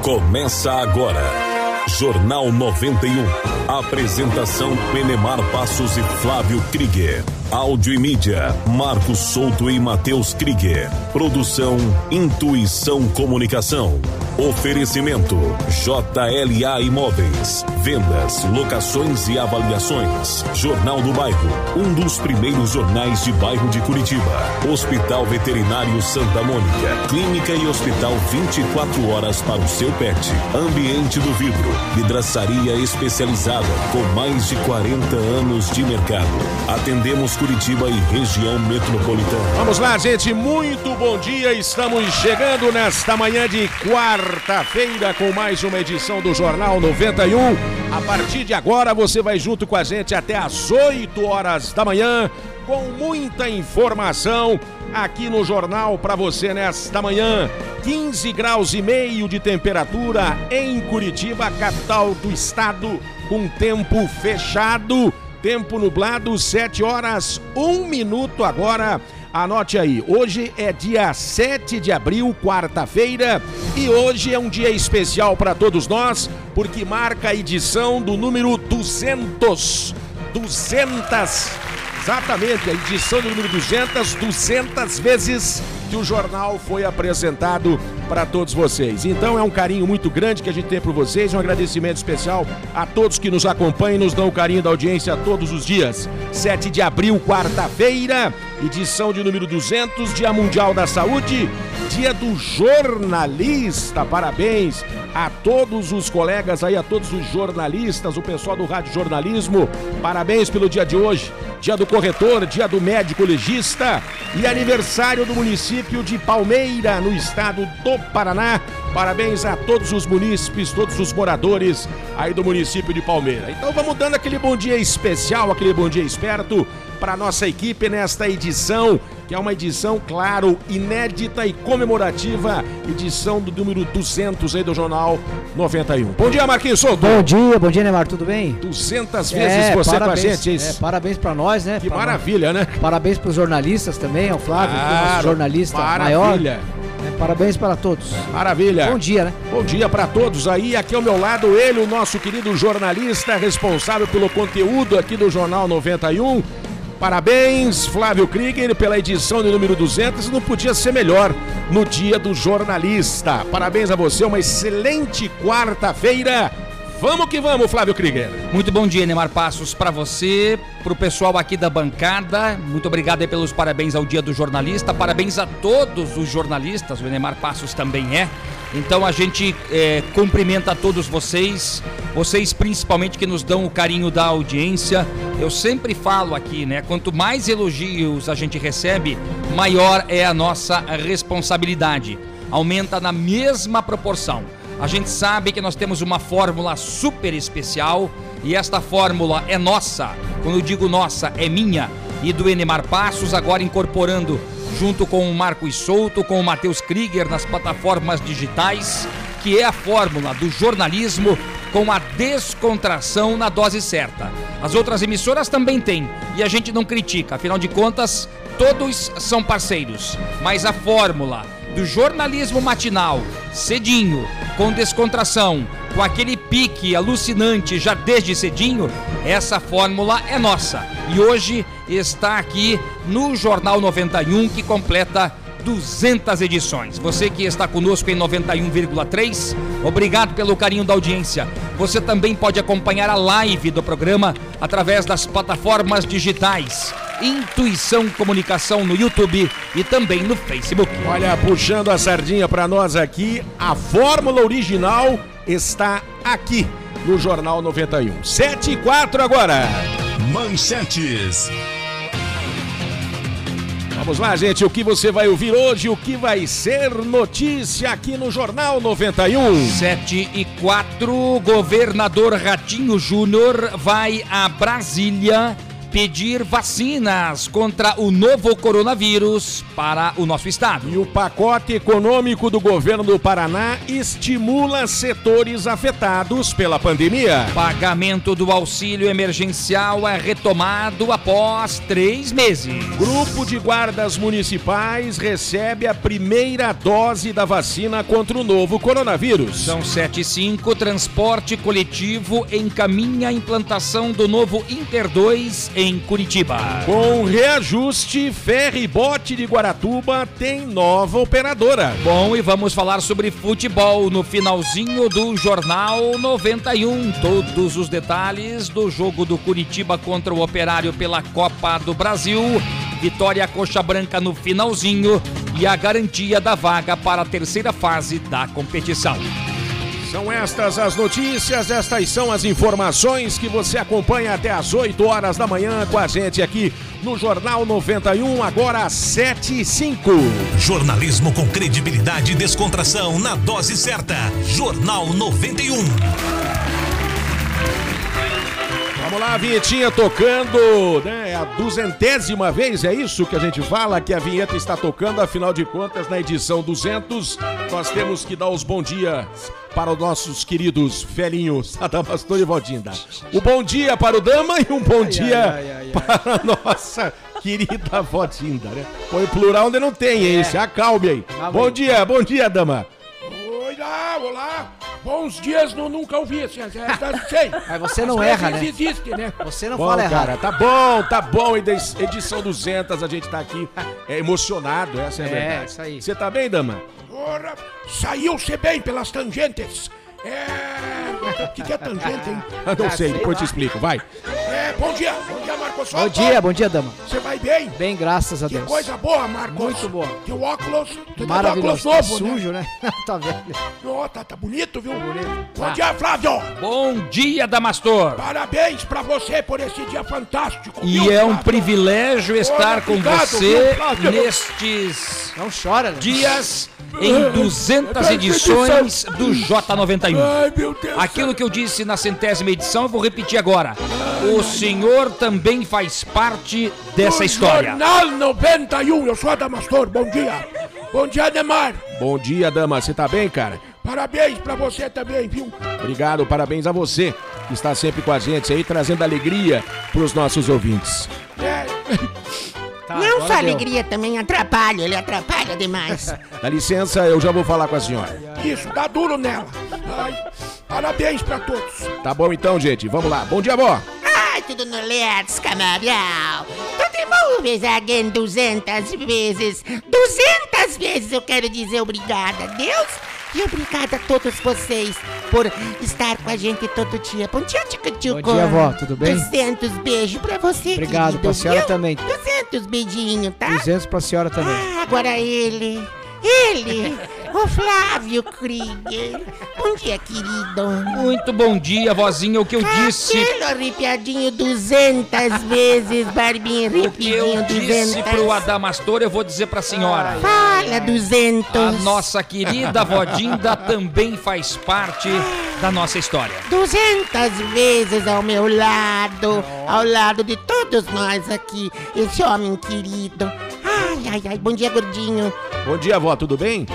Começa agora, Jornal 91. Apresentação Enemar Passos e Flávio Krieger. Áudio e mídia, Marcos Souto e Matheus Krieger. Produção, Intuição Comunicação. Oferecimento, JLA Imóveis. Vendas, locações e avaliações. Jornal do Bairro, um dos primeiros jornais de bairro de Curitiba. Hospital Veterinário Santa Mônica. Clínica e hospital 24 horas para o seu pet. Ambiente do Vidro. Vidraçaria especializada com mais de 40 anos de mercado. Atendemos Curitiba e região metropolitana. Vamos lá, gente, muito bom dia. Estamos chegando nesta manhã de quarta-feira com mais uma edição do Jornal 91. A partir de agora você vai junto com a gente até às 8 horas da manhã com muita informação aqui no jornal para você nesta manhã. 15 graus e meio de temperatura em Curitiba, capital do estado, com tempo fechado. Tempo nublado, 7 horas, 1 minuto agora. Anote aí, hoje é dia 7 de abril, quarta-feira, e hoje é um dia especial para todos nós, porque marca a edição do número 200. 200, exatamente, a edição do número 200 vezes que o jornal foi apresentado para todos vocês. Então é um carinho muito grande que a gente tem por vocês, um agradecimento especial a todos que nos acompanham e nos dão o carinho da audiência todos os dias. 7 de abril, quarta-feira, edição de número 200, Dia Mundial da Saúde, Dia do Jornalista. Parabéns a todos os colegas aí, a todos os jornalistas, o pessoal do Rádio Jornalismo. Parabéns pelo dia de hoje, Dia do Corretor, Dia do Médico Legista e aniversário do município de Palmeira, no estado do Paraná. Parabéns a todos os munícipes, todos os moradores aí do município de Palmeira. Então vamos dando aquele bom dia especial, aquele bom dia esperto para nossa equipe nesta edição, que é uma edição, claro, inédita e comemorativa, edição do número 200 aí do Jornal 91. Bom dia, Marquinhos Souto. Bom dia, Neymar, tudo bem? 200 vezes você parabéns, com a gente, é isso? Parabéns pra nós, né? Que maravilha, né? Parabéns pros jornalistas também, ao Flávio, que é o nosso jornalista maravilha. Maior. Parabéns para todos. Maravilha. Bom dia, né? Bom dia para todos aí. Aqui ao meu lado, ele, o nosso querido jornalista responsável pelo conteúdo aqui do Jornal 91. Parabéns, Flávio Krieger, pela edição de número 200. Não podia ser melhor no Dia do Jornalista. Parabéns a você, uma excelente quarta-feira. Vamos que vamos, Flávio Krieger. Muito bom dia, Enemar Passos, para você, para o pessoal aqui da bancada. Muito obrigado aí pelos parabéns ao Dia do Jornalista. Parabéns a todos os jornalistas, o Enemar Passos também é. Então a gente cumprimenta a todos vocês principalmente que nos dão o carinho da audiência. Eu sempre falo aqui, né? Quanto mais elogios a gente recebe, maior é a nossa responsabilidade. Aumenta na mesma proporção. A gente sabe que nós temos uma fórmula super especial e esta fórmula é nossa. Quando eu digo nossa, é minha e do Enemar Passos, agora incorporando junto com o Marcos Souto, com o Matheus Krieger nas plataformas digitais, que é a fórmula do jornalismo com a descontração na dose certa. As outras emissoras também têm e a gente não critica, afinal de contas, todos são parceiros. Mas a fórmula do jornalismo matinal, cedinho, com descontração, com aquele pique alucinante já desde cedinho, essa fórmula é nossa. E hoje está aqui no Jornal 91, que completa 200 edições. Você que está conosco em 91,3, obrigado pelo carinho da audiência. Você também pode acompanhar a live do programa através das plataformas digitais Intuição Comunicação no YouTube e também no Facebook. Olha, puxando a sardinha para nós aqui, a fórmula original está aqui no Jornal 91. 7h04 agora. Manchetes. Vamos lá, gente, o que você vai ouvir hoje, o que vai ser notícia aqui no Jornal 91. 7h04, governador Ratinho Júnior vai a Brasília pedir vacinas contra o novo coronavírus para o nosso estado. E o pacote econômico do governo do Paraná estimula setores afetados pela pandemia. Pagamento do auxílio emergencial é retomado após 3 meses. Grupo de guardas municipais recebe a primeira dose da vacina contra o novo coronavírus. São 7h05, transporte coletivo encaminha a implantação do novo Inter 2 em Curitiba. Com reajuste, Ferribote de Guaratuba tem nova operadora. Bom, e vamos falar sobre futebol no finalzinho do Jornal 91. Todos os detalhes do jogo do Curitiba contra o Operário pela Copa do Brasil. Vitória Coxa Branca no finalzinho e a garantia da vaga para a terceira fase da competição. São estas as notícias, estas são as informações que você acompanha até às 8 horas da manhã com a gente aqui no Jornal 91, agora às 7h05. Jornalismo com credibilidade e descontração na dose certa. Jornal 91. Vamos lá, a vinhetinha tocando, né? É a 200ª vez, é isso que a gente fala, que a vinheta está tocando, afinal de contas, na edição 200, nós temos que dar os bom dias para os nossos queridos velhinhos, Adamastor e Valdinda. O bom dia para o Dama e um bom dia para a nossa querida Valdinda, né? Põe plural onde não tem, hein? Se acalme aí. Bom dia, Dama. Olá. Bons dias, nunca ouvi assim, sei. Mas você não erra, né? Existe, né? Você não Bom, fala errado. cara, tá bom. Edição 200, a gente tá aqui emocionado, essa é a verdade. É, isso aí. Você tá bem, Dama? Ora, saiu-se bem pelas tangentes. O que é tangente, hein? Não sei, depois lá. te explico, vai. Bom dia, Marcos. Bom dia, Dama. Você vai bem? Bem, graças a Que Deus. coisa boa, Marcos. Muito boa. Teu óculos, tu Maravilhoso. tá com óculos Tá novo, sujo, né? Tá velho. Ó, tá bonito, viu? Bonito. Bom dia, Flávio. Bom dia, Damastor. Parabéns pra você por esse dia fantástico. E viu, é um Flávio? privilégio estar com obrigado, você viu, Flávio? nestes Não chora, né? dias em 200 edições do J91. Ai, meu Deus. Aquilo que eu disse na 100ª edição, eu vou repetir agora. O senhor também faz parte dessa história. Jornal 91, eu sou Adamastor, bom dia. Bom dia, Neymar. Bom dia, Dama, você tá bem, cara? Parabéns pra você também, viu? Obrigado, parabéns a você, que está sempre com a gente aí, trazendo alegria pros nossos ouvintes. Tá, Não agora só deu. alegria, também atrapalha, ele atrapalha demais. Dá licença, eu já vou falar com a senhora. Isso, dá duro nela. Ai, parabéns pra todos. Tá bom então, gente, vamos lá. Bom dia, vó. Ai, tudo no Let's, camarão. Tudo movies again 200 vezes. 200 vezes eu quero dizer obrigada a Deus e obrigada a todos vocês por estar com a gente todo dia. Bom dia, Tchucu. Bom dia, vó, tudo bem? 200 beijos pra você, Obrigado, querido, pra senhora viu? também. 200 beijinhos, tá? 200 pra senhora também. Ah, agora ele, o Flávio Krieger. Bom dia, querido. Muito bom dia, vozinha. O que eu disse... Cabelo arrepiadinho 200 vezes, barbinha O que eu arrepiadinho disse 200. pro Adamastor, eu vou dizer pra senhora. Fala 200. A nossa querida Vodinda também faz parte da nossa história. 200 vezes ao meu lado, ao lado de todos nós aqui, esse homem querido. Ai, bom dia, gordinho. Bom dia, vó, tudo bem?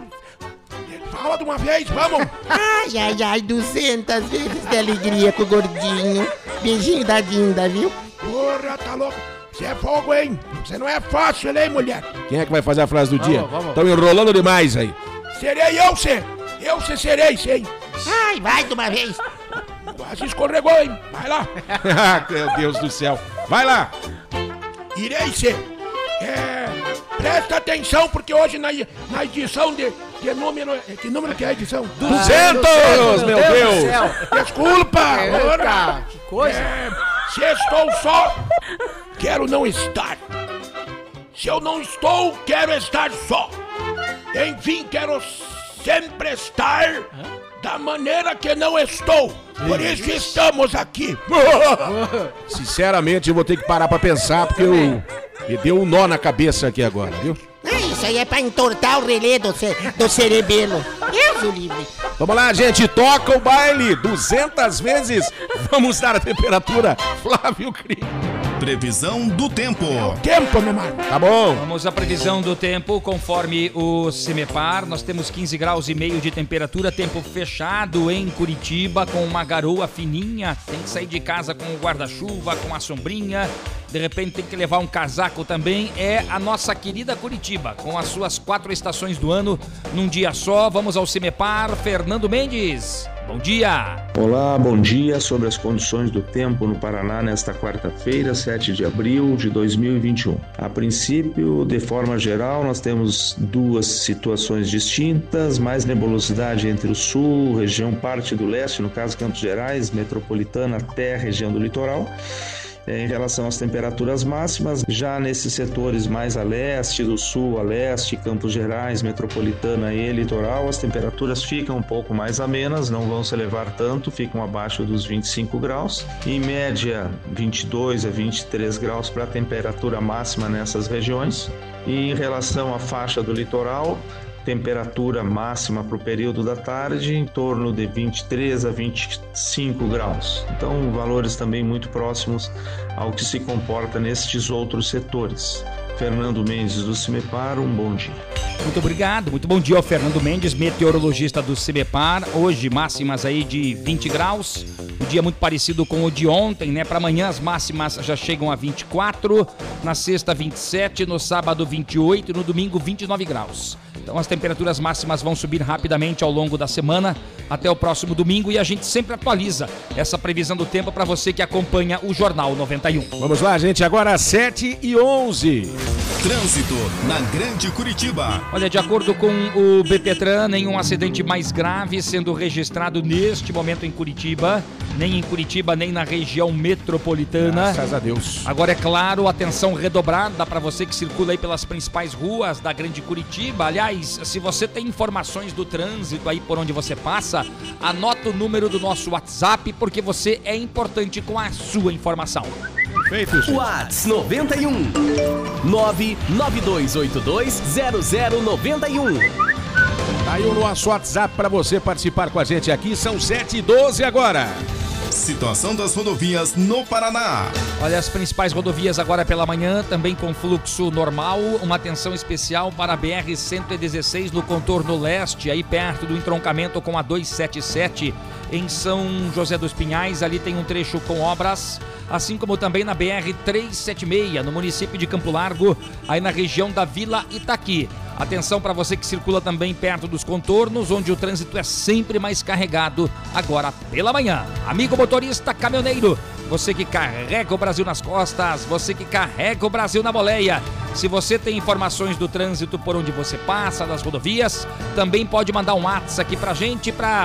Fala de uma vez, vamos. Ai, 200 vezes de alegria com o gordinho. Beijinho da Dinda, viu? Porra, tá louco. Você é fogo, hein? Você não é fácil, hein, mulher? Quem é que vai fazer a frase do dia? Vamos. Estão enrolando demais aí. Serei eu, cê. Eu serei, sei. Ai, vai de uma vez. Quase escorregou, hein? Vai lá. Meu Deus do céu. Vai lá. Irei ser. Presta atenção, porque hoje na edição de número... Que número que é a edição? 200, meu Deus. do céu. Desculpa! ora. Eita, que coisa. Se estou só, quero não estar. Se eu não estou, quero estar só. Enfim, quero sempre estar da maneira que não estou. Por isso estamos aqui. Sinceramente, eu vou ter que parar pra pensar, porque me deu um nó na cabeça aqui agora, viu? Isso aí é pra entortar o relé do cerebelo. Deus o livre. Vamos lá, gente, toca o baile 200 vezes. Vamos dar a temperatura. Flávio Krieger. Previsão do tempo. Tempo, meu Marco. Tá bom. Vamos à previsão do tempo, conforme o CIMEPAR. Nós temos 15 graus e meio de temperatura, tempo fechado em Curitiba, com uma garoa fininha. Tem que sair de casa com o guarda-chuva, com a sombrinha. De repente tem que levar um casaco também. É a nossa querida Curitiba, com as suas 4 estações do ano num dia só. Vamos ao CIMEPAR. Fernando Mendes. Bom dia! Olá, bom dia. Sobre as condições do tempo no Paraná nesta quarta-feira, 7 de abril de 2021. A princípio, de forma geral, nós temos 2 situações distintas, mais nebulosidade entre o sul, região parte do leste, no caso Campos Gerais, metropolitana até a região do litoral. Em relação às temperaturas máximas, já nesses setores mais a leste, do sul a leste, Campos Gerais, metropolitana e litoral, as temperaturas ficam um pouco mais amenas, não vão se elevar tanto, ficam abaixo dos 25 graus. Em média, 22 a 23 graus para a temperatura máxima nessas regiões. E em relação à faixa do litoral, temperatura máxima para o período da tarde em torno de 23 a 25 graus. Então, valores também muito próximos ao que se comporta nestes outros setores. Fernando Mendes do CIMEPAR, um bom dia. Muito obrigado, muito bom dia ao Fernando Mendes, meteorologista do CIMEPAR. Hoje máximas aí de 20 graus, um dia muito parecido com o de ontem, né? Para amanhã as máximas já chegam a 24, na sexta 27, no sábado 28 e no domingo 29 graus. Então as temperaturas máximas vão subir rapidamente ao longo da semana até o próximo domingo e a gente sempre atualiza essa previsão do tempo para você que acompanha o Jornal 91. Vamos lá, gente, agora às 7h11. Trânsito na Grande Curitiba. Olha, de acordo com o BPTran, nenhum acidente mais grave sendo registrado neste momento em Curitiba, nem em Curitiba, nem na região metropolitana. Graças a Deus. Agora, é claro, atenção redobrada para você que circula aí pelas principais ruas da Grande Curitiba. Aliás, se você tem informações do trânsito aí por onde você passa, anota o número do nosso WhatsApp, porque você é importante com a sua informação. Feito, Whats 91 992820091. Tá aí o nosso WhatsApp para você participar com a gente aqui. São 7h12 agora. Situação das rodovias no Paraná. Olha, as principais rodovias agora pela manhã, também com fluxo normal. Uma atenção especial para a BR-116 no contorno leste, aí perto do entroncamento com a 277 em São José dos Pinhais. Ali tem um trecho com obras, assim como também na BR-376 no município de Campo Largo, aí na região da Vila Itaqui. Atenção para você que circula também perto dos contornos, onde o trânsito é sempre mais carregado agora pela manhã. Amigo motorista caminhoneiro, você que carrega o Brasil nas costas, você que carrega o Brasil na boleia. Se você tem informações do trânsito por onde você passa, das rodovias, também pode mandar um WhatsApp aqui pra gente, para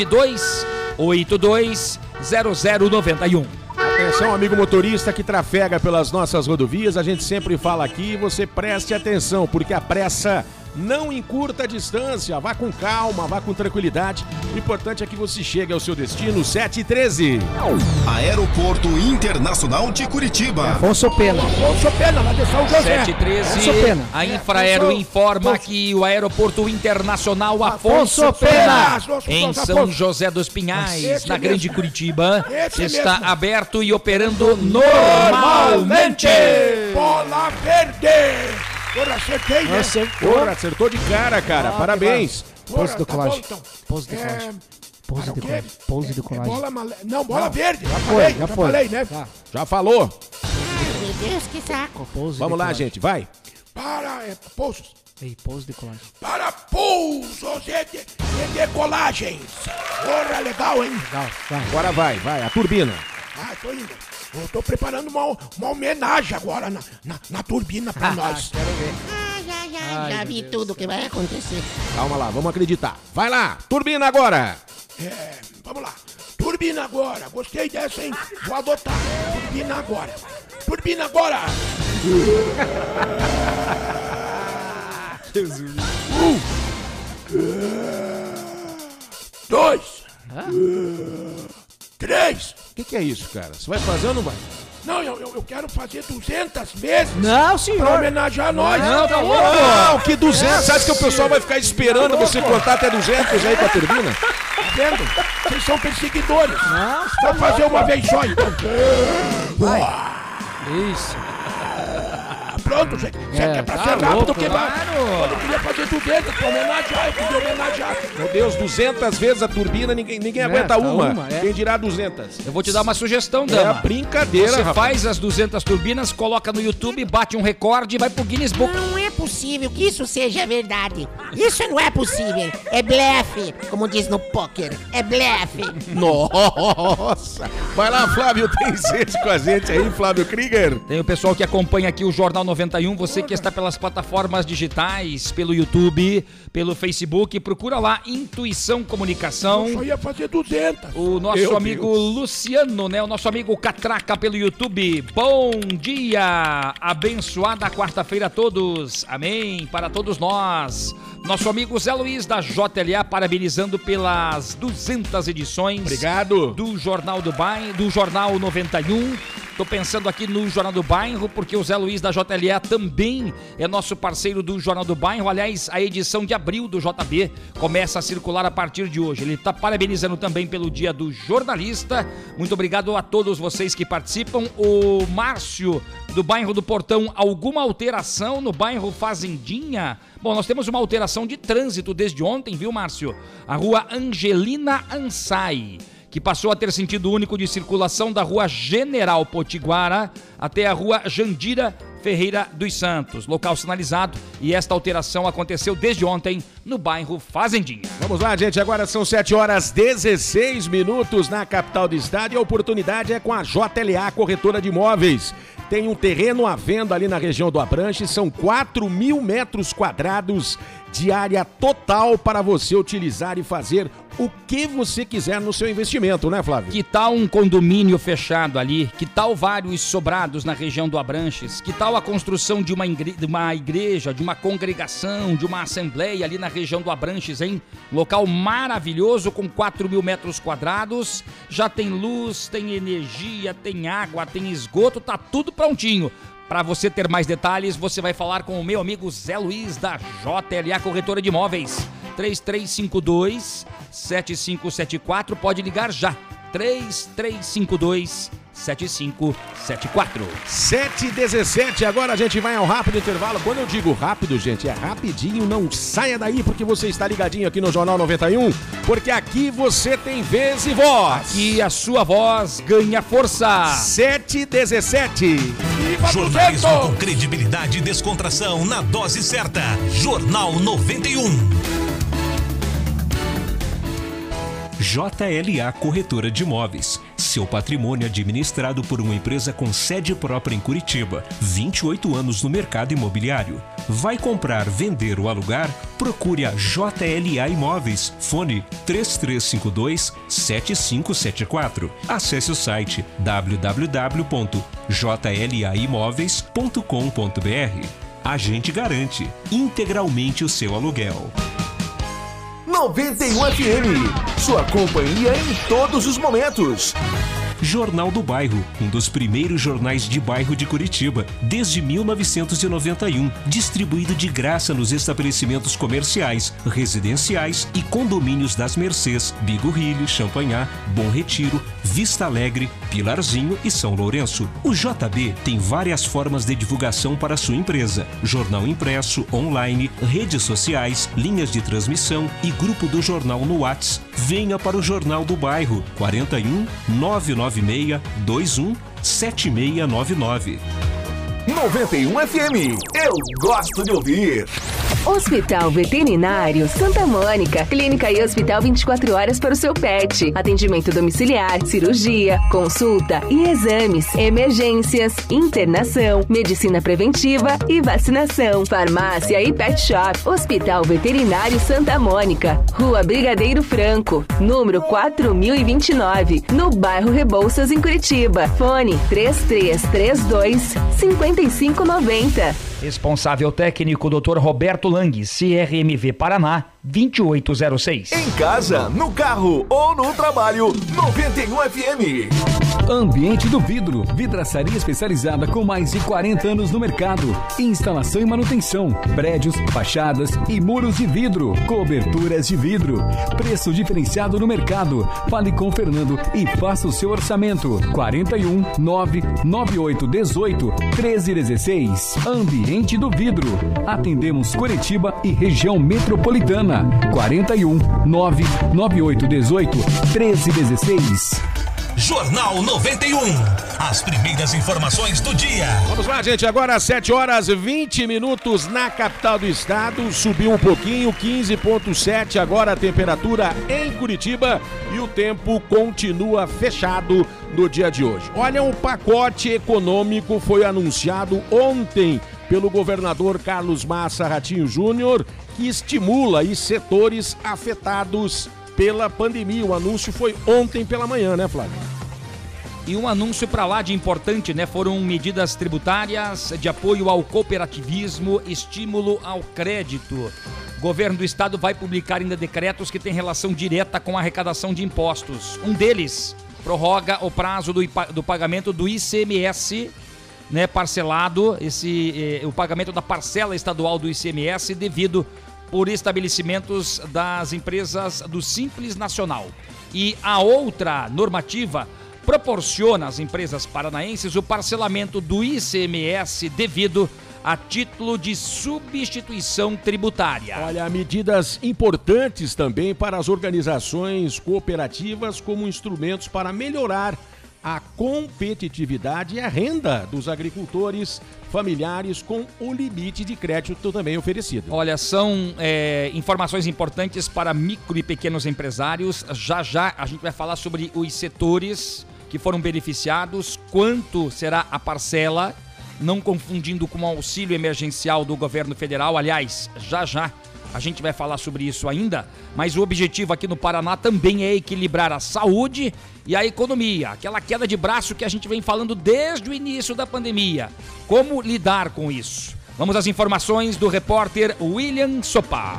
92820091. Atenção, amigo motorista que trafega pelas nossas rodovias, a gente sempre fala aqui, você preste atenção, porque a pressa não encurta a distância, vá com calma, vá com tranquilidade. O importante é que você chegue ao seu destino. 7h13. Aeroporto Internacional de Curitiba. Afonso Pena. Afonso Pena, lá de São José. 7h13. A Infraero informa que o Aeroporto Internacional Afonso Pena, em São José dos Pinhais, na Grande Curitiba, está aberto e operando normalmente. Bola verde. Porra, acertei, né? Porra, acertou de cara. Parabéns. Pose do colagem. Então. Pose do colagem. Pose do colagem. Pose do colagem. Não, bola verde. Já foi. falei, né? Já falou. Meu Deus, que saco. Vamos lá, gente, vai. Para pousos. Ei, pose de colagem. Para pousos de decolagens. Porra, legal, hein? Legal, vai. Agora vai, a turbina. Tô indo. Eu tô preparando uma homenagem agora na turbina pra nós. Quero ver. Já vi tudo que vai acontecer. Calma lá, vamos acreditar. Vai lá, turbina agora. Vamos lá. Turbina agora. Gostei dessa, hein? Vou adotar. Turbina agora. Turbina agora. Jesus. 2. 3. O que é isso, cara? Você vai fazer ou não vai? Não, eu quero fazer 200 vezes. Não, senhor. Pra homenagear nós. Não, tá louco. Não, que 200? Você acha que o pessoal vai ficar esperando você contar até 200 aí com a turbina? Tá vendo? Vocês são perseguidores. Não, Vamos fazer uma vez só, então. Vai. Isso. Pronto, gente. Você quer pra ser rápido, louco, que claro. Eu queria fazer 200 pra homenagear, eu queria homenagear. Meu Deus, 200 vezes a turbina, ninguém aguenta uma. é. Quem dirá 200? Eu vou te dar uma sugestão, É dama. brincadeira, Você rapaz. faz as 200 turbinas, coloca no YouTube, bate um recorde e vai pro Guinness Book. Não é possível que isso seja verdade. Isso não é possível. É blefe, como diz no poker. É blefe. Nossa! Vai lá, Flávio, tem gente com a gente aí, Flávio Krieger. Tem o pessoal que acompanha aqui o Jornal 91, você que está pelas plataformas digitais, pelo YouTube, pelo Facebook, procura lá Intuição Comunicação. Eu só ia fazer 200. O nosso Meu amigo Deus. Luciano, né? O nosso amigo Catraca pelo YouTube. Bom dia! Abençoada quarta-feira a todos. Amém. Para todos nós. Nosso amigo Zé Luiz da JLA parabenizando pelas 200 edições. Obrigado. Do Jornal do Bairro, do Jornal 91. Tô pensando aqui no Jornal do Bairro, porque o Zé Luiz da JLA também é nosso parceiro do Jornal do Bairro. Aliás, a edição de abril do JB começa a circular a partir de hoje. Ele tá parabenizando também pelo Dia do Jornalista. Muito obrigado a todos vocês que participam. O Márcio, do bairro do Portão, alguma alteração no bairro Fazendinha? Bom, nós temos uma alteração de trânsito desde ontem, viu, Márcio? A rua Angelina Ansai, que passou a ter sentido único de circulação da rua General Potiguara até a rua Jandira Ferreira dos Santos. Local sinalizado, e esta alteração aconteceu desde ontem no bairro Fazendinha. Vamos lá, gente, agora são 7h16 na capital do estado e a oportunidade é com a JLA Corretora de Imóveis. Tem um terreno à venda ali na região do Abranches, são 4.000 metros quadrados de área total para você utilizar e fazer o que você quiser no seu investimento, né, Flávio? Que tal um condomínio fechado ali? Que tal vários sobrados na região do Abranches? Que tal a construção de uma igreja, de uma congregação, de uma assembleia ali na região do Abranches, hein? Local maravilhoso com 4.000 metros quadrados. Já tem luz, tem energia, tem água, tem esgoto, tá tudo prontinho. Para você ter mais detalhes, você vai falar com o meu amigo Zé Luiz da JLA Corretora de Imóveis. 3352-7574, pode ligar já. 3352-7574. 7h17, agora a gente vai ao rápido intervalo. Quando eu digo rápido, gente, é rapidinho, não saia daí, porque você está ligadinho aqui no Jornal 91, porque aqui você tem vez e voz. Aqui a sua voz ganha força. 7h17. Jornalismo com credibilidade e descontração na dose certa. Jornal 91. JLA Corretora de Imóveis. Seu patrimônio administrado por uma empresa com sede própria em Curitiba. 28 anos no mercado imobiliário. Vai comprar, vender ou alugar? Procure a JLA Imóveis. Fone 3352-7574. Acesse o site www.jlaimoveis.com.br. A gente garante integralmente o seu aluguel. 91 FM, sua companhia em todos os momentos. Jornal do Bairro, um dos primeiros jornais de bairro de Curitiba, desde 1991, distribuído de graça nos estabelecimentos comerciais, residenciais e condomínios das Mercês, Bigorrilho, Champanhar, Bom Retiro, Vista Alegre, Pilarzinho e São Lourenço. O JB tem várias formas de divulgação para a sua empresa: jornal impresso, online, redes sociais, linhas de transmissão e grupo do jornal no WhatsApp. Venha para o Jornal do Bairro, 41 996 21 7699. 91 FM, eu gosto de ouvir. Hospital Veterinário Santa Mônica. Clínica e hospital 24 horas para o seu pet. Atendimento domiciliar, cirurgia, consulta e exames, emergências, internação, medicina preventiva e vacinação. Farmácia e pet shop. Hospital Veterinário Santa Mônica. Rua Brigadeiro Franco, número 4029, no bairro Rebouças, em Curitiba. Fone 3332-5590. Responsável técnico Dr. Roberto Lang, CRMV Paraná, 2806. Em casa, no carro ou no trabalho, 91 FM. Ambiente do Vidro, vidraçaria especializada com mais de 40 anos no mercado. Instalação e manutenção, prédios, fachadas e muros de vidro, coberturas de vidro. Preço diferenciado no mercado. Fale com o Fernando e faça o seu orçamento. 41 998 18 1316. Ambiente do Vidro. Atendemos Curitiba e região metropolitana. 41 998 18 1316. Jornal 91. As primeiras informações do dia. Vamos lá, gente. Agora às 7h20 na capital do estado. Subiu um pouquinho, 15,7. Agora a temperatura em Curitiba e o tempo continua fechado no dia de hoje. Olha, um pacote econômico foi anunciado ontem pelo governador Carlos Massa Ratinho Júnior, que estimula os setores afetados pela pandemia. O anúncio foi ontem pela manhã, né, Flávio? E um anúncio para lá de importante, né? Foram medidas tributárias de apoio ao cooperativismo, estímulo ao crédito. O governo do estado vai publicar ainda decretos que têm relação direta com a arrecadação de impostos. Um deles prorroga o prazo do pagamento do ICMS, né, parcelado, o pagamento da parcela estadual do ICMS devido por estabelecimentos das empresas do Simples Nacional. E a outra normativa proporciona às empresas paranaenses o parcelamento do ICMS devido a título de substituição tributária. Olha, medidas importantes também para as organizações cooperativas como instrumentos para melhorar a competitividade e a renda dos agricultores familiares com o limite de crédito também oferecido. Olha, são informações importantes para micro e pequenos empresários. Já a gente vai falar sobre os setores que foram beneficiados, quanto será a parcela, não confundindo com o auxílio emergencial do governo federal. Aliás, já a gente vai falar sobre isso ainda, mas o objetivo aqui no Paraná também é equilibrar a saúde e a economia, aquela queda de braço que a gente vem falando desde o início da pandemia. Como lidar com isso? Vamos às informações do repórter William Sopa.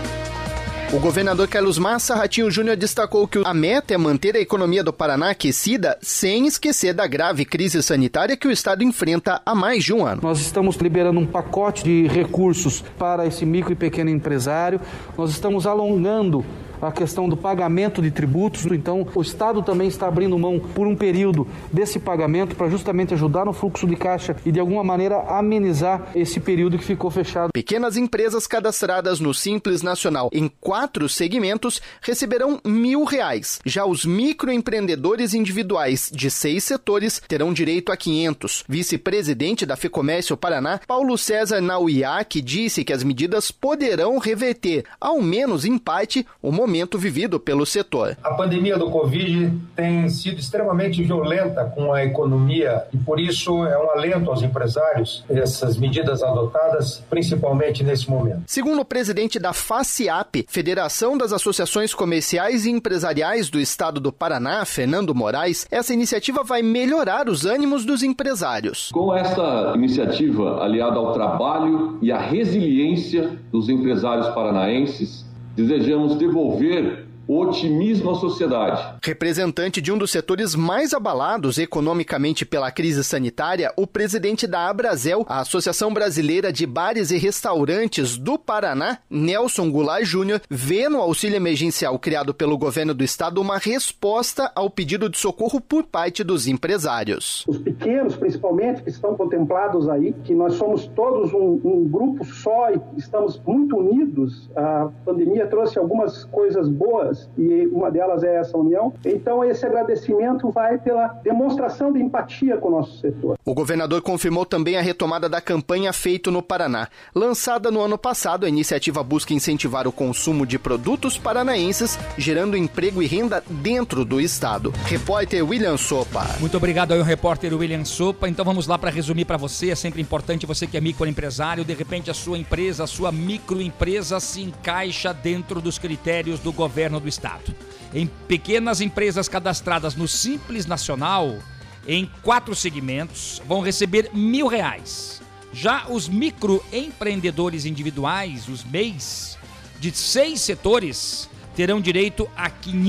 O governador Carlos Massa Ratinho Júnior destacou que a meta é manter a economia do Paraná aquecida sem esquecer da grave crise sanitária que o estado enfrenta há mais de um ano. Nós estamos liberando um pacote de recursos para esse micro e pequeno empresário, nós estamos alongando a questão do pagamento de tributos, então o Estado também está abrindo mão por um período desse pagamento para justamente ajudar no fluxo de caixa e de alguma maneira amenizar esse período que ficou fechado. Pequenas empresas cadastradas no Simples Nacional em 4 segmentos receberão R$1.000. Já os microempreendedores individuais de 6 setores terão direito a R$500. Vice-presidente da FEComércio Paraná, Paulo César Nauiac, disse que as medidas poderão reverter, ao menos em parte, o momento vivido pelo setor. A pandemia do Covid tem sido extremamente violenta com a economia e por isso é um alento aos empresários essas medidas adotadas, principalmente nesse momento. Segundo o presidente da FACIAP, Federação das Associações Comerciais e Empresariais do Estado do Paraná, Fernando Moraes, essa iniciativa vai melhorar os ânimos dos empresários. Com esta iniciativa aliada ao trabalho e à resiliência dos empresários paranaenses, desejamos devolver o otimismo à sociedade. Representante de um dos setores mais abalados economicamente pela crise sanitária, o presidente da Abrazel, a Associação Brasileira de Bares e Restaurantes do Paraná, Nelson Goulart Júnior, vê no auxílio emergencial criado pelo governo do estado uma resposta ao pedido de socorro por parte dos empresários. Os pequenos, principalmente, que estão contemplados aí, que nós somos todos um grupo só e estamos muito unidos. A pandemia trouxe algumas coisas boas e uma delas é essa união. Então esse agradecimento vai pela demonstração de empatia com o nosso setor. O governador confirmou também a retomada da campanha Feito no Paraná. Lançada no ano passado, a iniciativa busca incentivar o consumo de produtos paranaenses, gerando emprego e renda dentro do estado. Repórter William Sopa. Muito obrigado ao repórter William Sopa. Então vamos lá para resumir para você. É sempre importante, você que é microempresário, de repente a sua empresa, a sua microempresa se encaixa dentro dos critérios do governo do estado. Em pequenas empresas cadastradas no Simples Nacional, em 4 segmentos, vão receber R$1.000. Já os microempreendedores individuais, os MEIs, de 6 setores terão direito a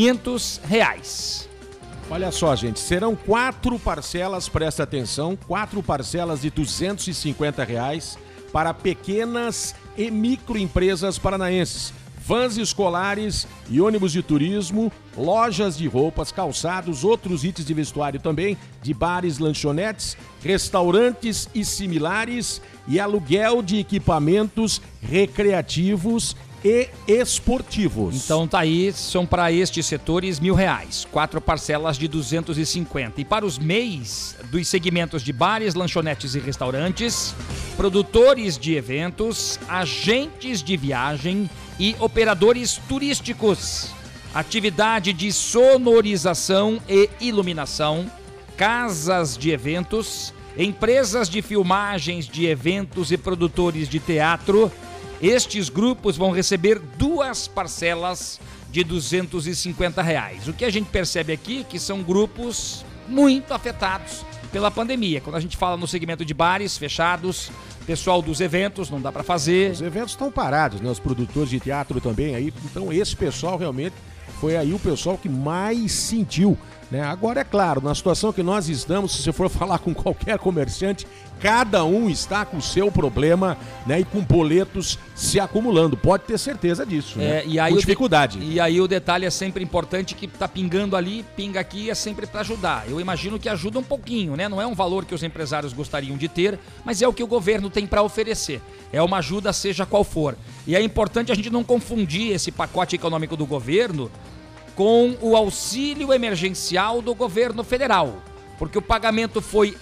R$500. Olha só, gente, serão 4 parcelas, presta atenção, 4 parcelas de R$250 para pequenas e microempresas paranaenses, vans escolares e ônibus de turismo, lojas de roupas, calçados, outros itens de vestuário também, de bares, lanchonetes, restaurantes e similares e aluguel de equipamentos recreativos e esportivos. Então tá aí, são para estes setores R$1.000, 4 parcelas de 250. E para os MEIs dos segmentos de bares, lanchonetes e restaurantes, produtores de eventos, agentes de viagem e operadores turísticos, atividade de sonorização e iluminação, casas de eventos, empresas de filmagens de eventos e produtores de teatro. Estes grupos vão receber 2 parcelas de R$250. O que a gente percebe aqui é que são grupos muito afetados pela pandemia. Quando a gente fala no segmento de bares fechados, pessoal dos eventos, não dá para fazer. Os eventos estão parados, né? Os produtores de teatro também aí. Então esse pessoal realmente foi aí o pessoal que mais sentiu, né? Agora é claro, na situação que nós estamos, se você for falar com qualquer comerciante, cada um está com o seu problema, né? E com boletos se acumulando. Pode ter certeza disso, né? E aí com dificuldade. E aí o detalhe é sempre importante, que tá pingando ali, pinga aqui, é sempre para ajudar. Eu imagino que ajuda um pouquinho, né? Não é um valor que os empresários gostariam de ter, mas é o que o governo tem para oferecer. É uma ajuda, seja qual for. E é importante a gente não confundir esse pacote econômico do governo com o auxílio emergencial do governo federal, porque o pagamento foi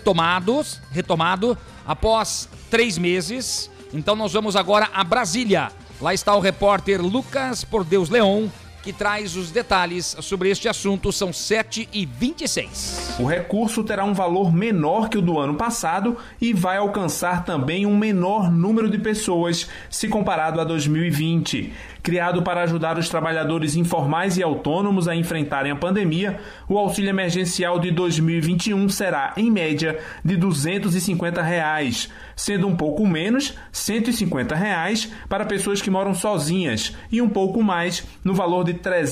retomado após 3 meses. Então nós vamos agora a Brasília. Lá está o repórter Lucas Por Deus Leon, que traz os detalhes sobre este assunto. São 7h26. O recurso terá um valor menor que o do ano passado e vai alcançar também um menor número de pessoas se comparado a 2020. Criado para ajudar os trabalhadores informais e autônomos a enfrentarem a pandemia, o auxílio emergencial de 2021 será, em média, de R$250, sendo um pouco menos, R$150, para pessoas que moram sozinhas e um pouco mais, no valor de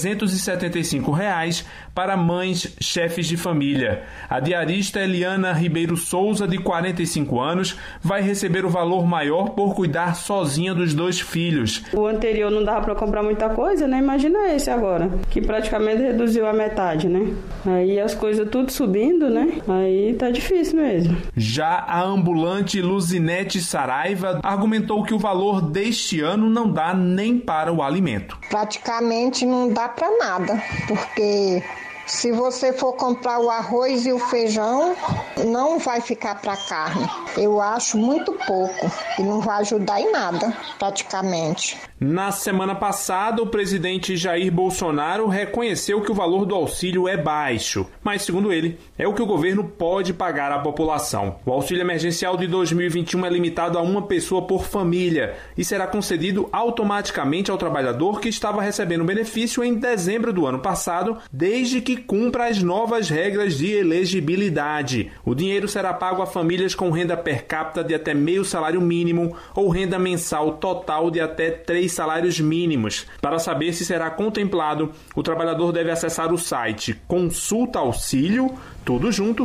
R$375 para mães chefes de família. A diarista Eliana Ribeiro Souza, de 45 anos, vai receber o valor maior por cuidar sozinha dos 2 filhos. O anterior não dava para comprar muita coisa, né? Imagina esse agora, que praticamente reduziu a metade, né? Aí as coisas tudo subindo, né? Aí tá difícil mesmo. Já a ambulante Luzinete Saraiva argumentou que o valor deste ano não dá nem para o alimento. Praticamente não dá para nada, porque se você for comprar o arroz e o feijão, não vai ficar para carne. Eu acho muito pouco e não vai ajudar em nada, praticamente. Na semana passada, o presidente Jair Bolsonaro reconheceu que o valor do auxílio é baixo, mas, segundo ele, é o que o governo pode pagar à população. O auxílio emergencial de 2021 é limitado a uma pessoa por família e será concedido automaticamente ao trabalhador que estava recebendo o benefício em dezembro do ano passado, desde que cumpra as novas regras de elegibilidade. O dinheiro será pago a famílias com renda per capita de até meio salário mínimo ou renda mensal total de até 3 salários mínimos. Para saber se será contemplado, o trabalhador deve acessar o site Consulta Auxílio, tudo junto,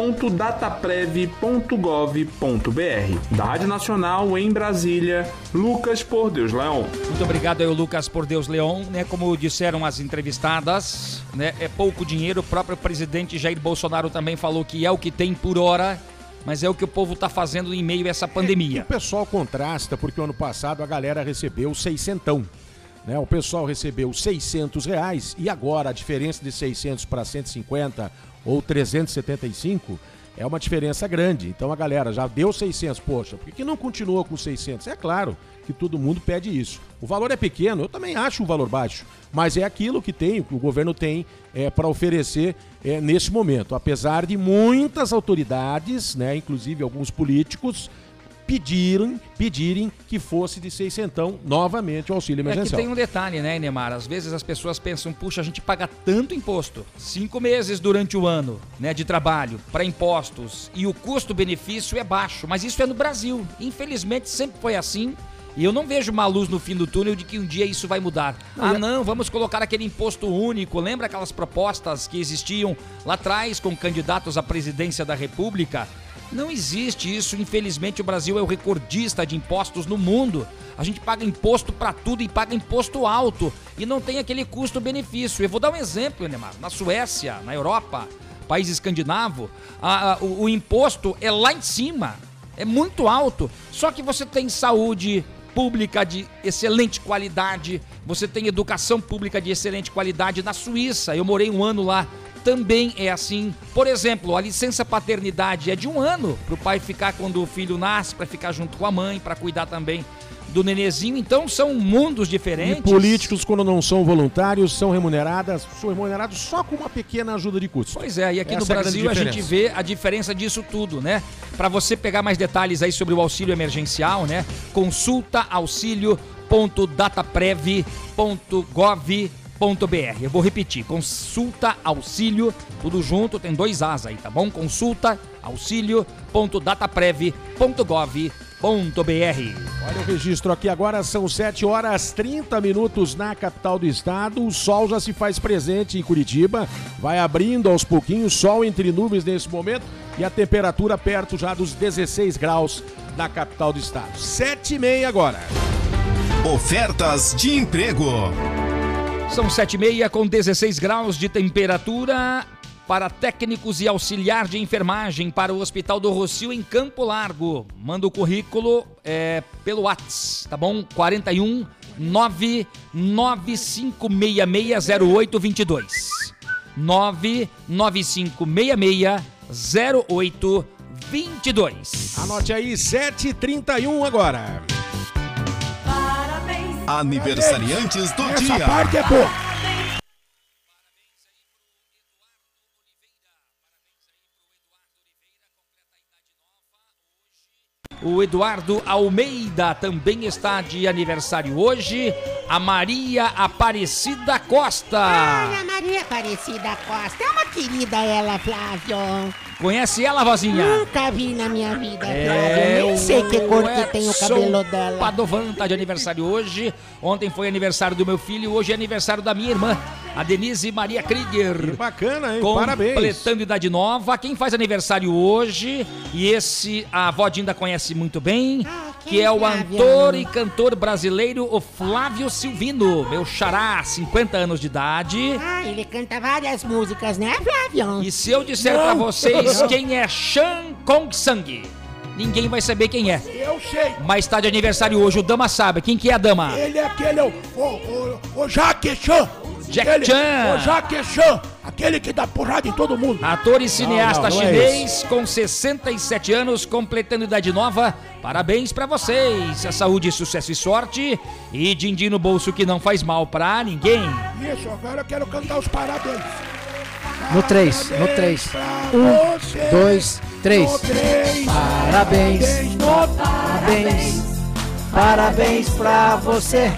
.dataprev.gov.br. Da Rádio Nacional em Brasília, Lucas Por Deus Leon. Muito obrigado aí, Lucas Por Deus Leon, né? Como disseram as entrevistadas, né? É pouco dinheiro. O próprio presidente Jair Bolsonaro também falou que é o que tem por hora, mas é o que o povo está fazendo em meio a essa pandemia. O pessoal contrasta, porque o ano passado a galera recebeu 600, né? O pessoal recebeu R$600 e agora a diferença de 600 para 150 ou 375 é uma diferença grande. Então a galera já deu 600, poxa, por que não continua com 600? É claro que todo mundo pede isso. O valor é pequeno, eu também acho um valor baixo, mas é aquilo que tem, que o governo tem para oferecer nesse momento. Apesar de muitas autoridades, né, inclusive alguns políticos, pedirem que fosse de 600 novamente o auxílio emergencial. É que tem um detalhe, né, Neymar? Às vezes as pessoas pensam, puxa, a gente paga tanto imposto, 5 meses durante o ano, né, de trabalho para impostos, e o custo-benefício é baixo, mas isso é no Brasil. Infelizmente sempre foi assim, E eu não vejo uma luz no fim do túnel de que um dia isso vai mudar. Não, vamos colocar aquele imposto único. Lembra aquelas propostas que existiam lá atrás com candidatos à presidência da República? Não existe isso. Infelizmente, o Brasil é o recordista de impostos no mundo. A gente paga imposto para tudo e paga imposto alto. E não tem aquele custo-benefício. Eu vou dar um exemplo, Enemar. Na Suécia, na Europa, país escandinavo, o imposto é lá em cima. É muito alto. Só que você tem saúde pública de excelente qualidade. Você tem educação pública de excelente qualidade. Na Suíça, eu morei 1 ano lá. Também é assim. Por exemplo, a licença paternidade é de 1 ano para o pai ficar quando o filho nasce, para ficar junto com a mãe, para cuidar também do nenezinho. Então são mundos diferentes. E políticos, quando não são voluntários, são remunerados só com uma pequena ajuda de custo. Pois é, e aqui no Brasil a gente vê a diferença disso tudo, né? Para você pegar mais detalhes aí sobre o auxílio emergencial, né? Consulta auxilio.dataprev.gov.br. Eu vou repetir, consulta auxílio, tudo junto, tem 2 As aí, tá bom? Consulta auxilio.dataprev.gov.br. Olha o registro aqui agora, são 7h30 na capital do estado. O sol já se faz presente em Curitiba, vai abrindo aos pouquinhos, sol entre nuvens nesse momento e a temperatura perto já dos 16 graus na capital do estado. 7h30 agora. Ofertas de emprego. São 7h30 com 16 graus de temperatura para técnicos e auxiliar de enfermagem para o Hospital do Rocio em Campo Largo. Manda o currículo pelo WhatsApp, tá bom? 41 995660822. 995660822. Anote aí, 7h31 agora. Aniversariantes do dia. Essa parte é boa. O Eduardo Almeida também está de aniversário hoje. A Maria Aparecida Costa. Ai, a Maria Aparecida Costa. É uma querida ela, Flávio. Conhece ela, vozinha? Nunca vi na minha vida, Flávio. Nem sei que cor que tem o cabelo dela. Padovan tá de aniversário hoje. Ontem foi aniversário do meu filho, hoje é aniversário da minha irmã, a Denise Maria Krieger. Que bacana, hein? Parabéns. Completando idade nova. Quem faz aniversário hoje, e esse a avó Dinda conhece muito bem, que é o ator e cantor brasileiro, o Flávio Silvino, meu xará, 50 anos de idade. Ah, ele canta várias músicas, né, Flávio? E se eu disser pra vocês quem é Chan Kong Sang, ninguém vai saber quem é. Eu sei. Mas tá de aniversário hoje, o Dama sabe. Quem que é a Dama? Ele é aquele, o Jackie Chan. Jack Chan. O Jackie Chan, aquele que dá porrada em todo mundo. Ator e cineasta chinês com 67 anos, completando idade nova. Parabéns pra vocês. Saúde, sucesso e sorte. E din-din no bolso que não faz mal pra ninguém. Isso, agora eu quero cantar os parabéns. No 3. 1, 2, 3. Parabéns. Parabéns pra você.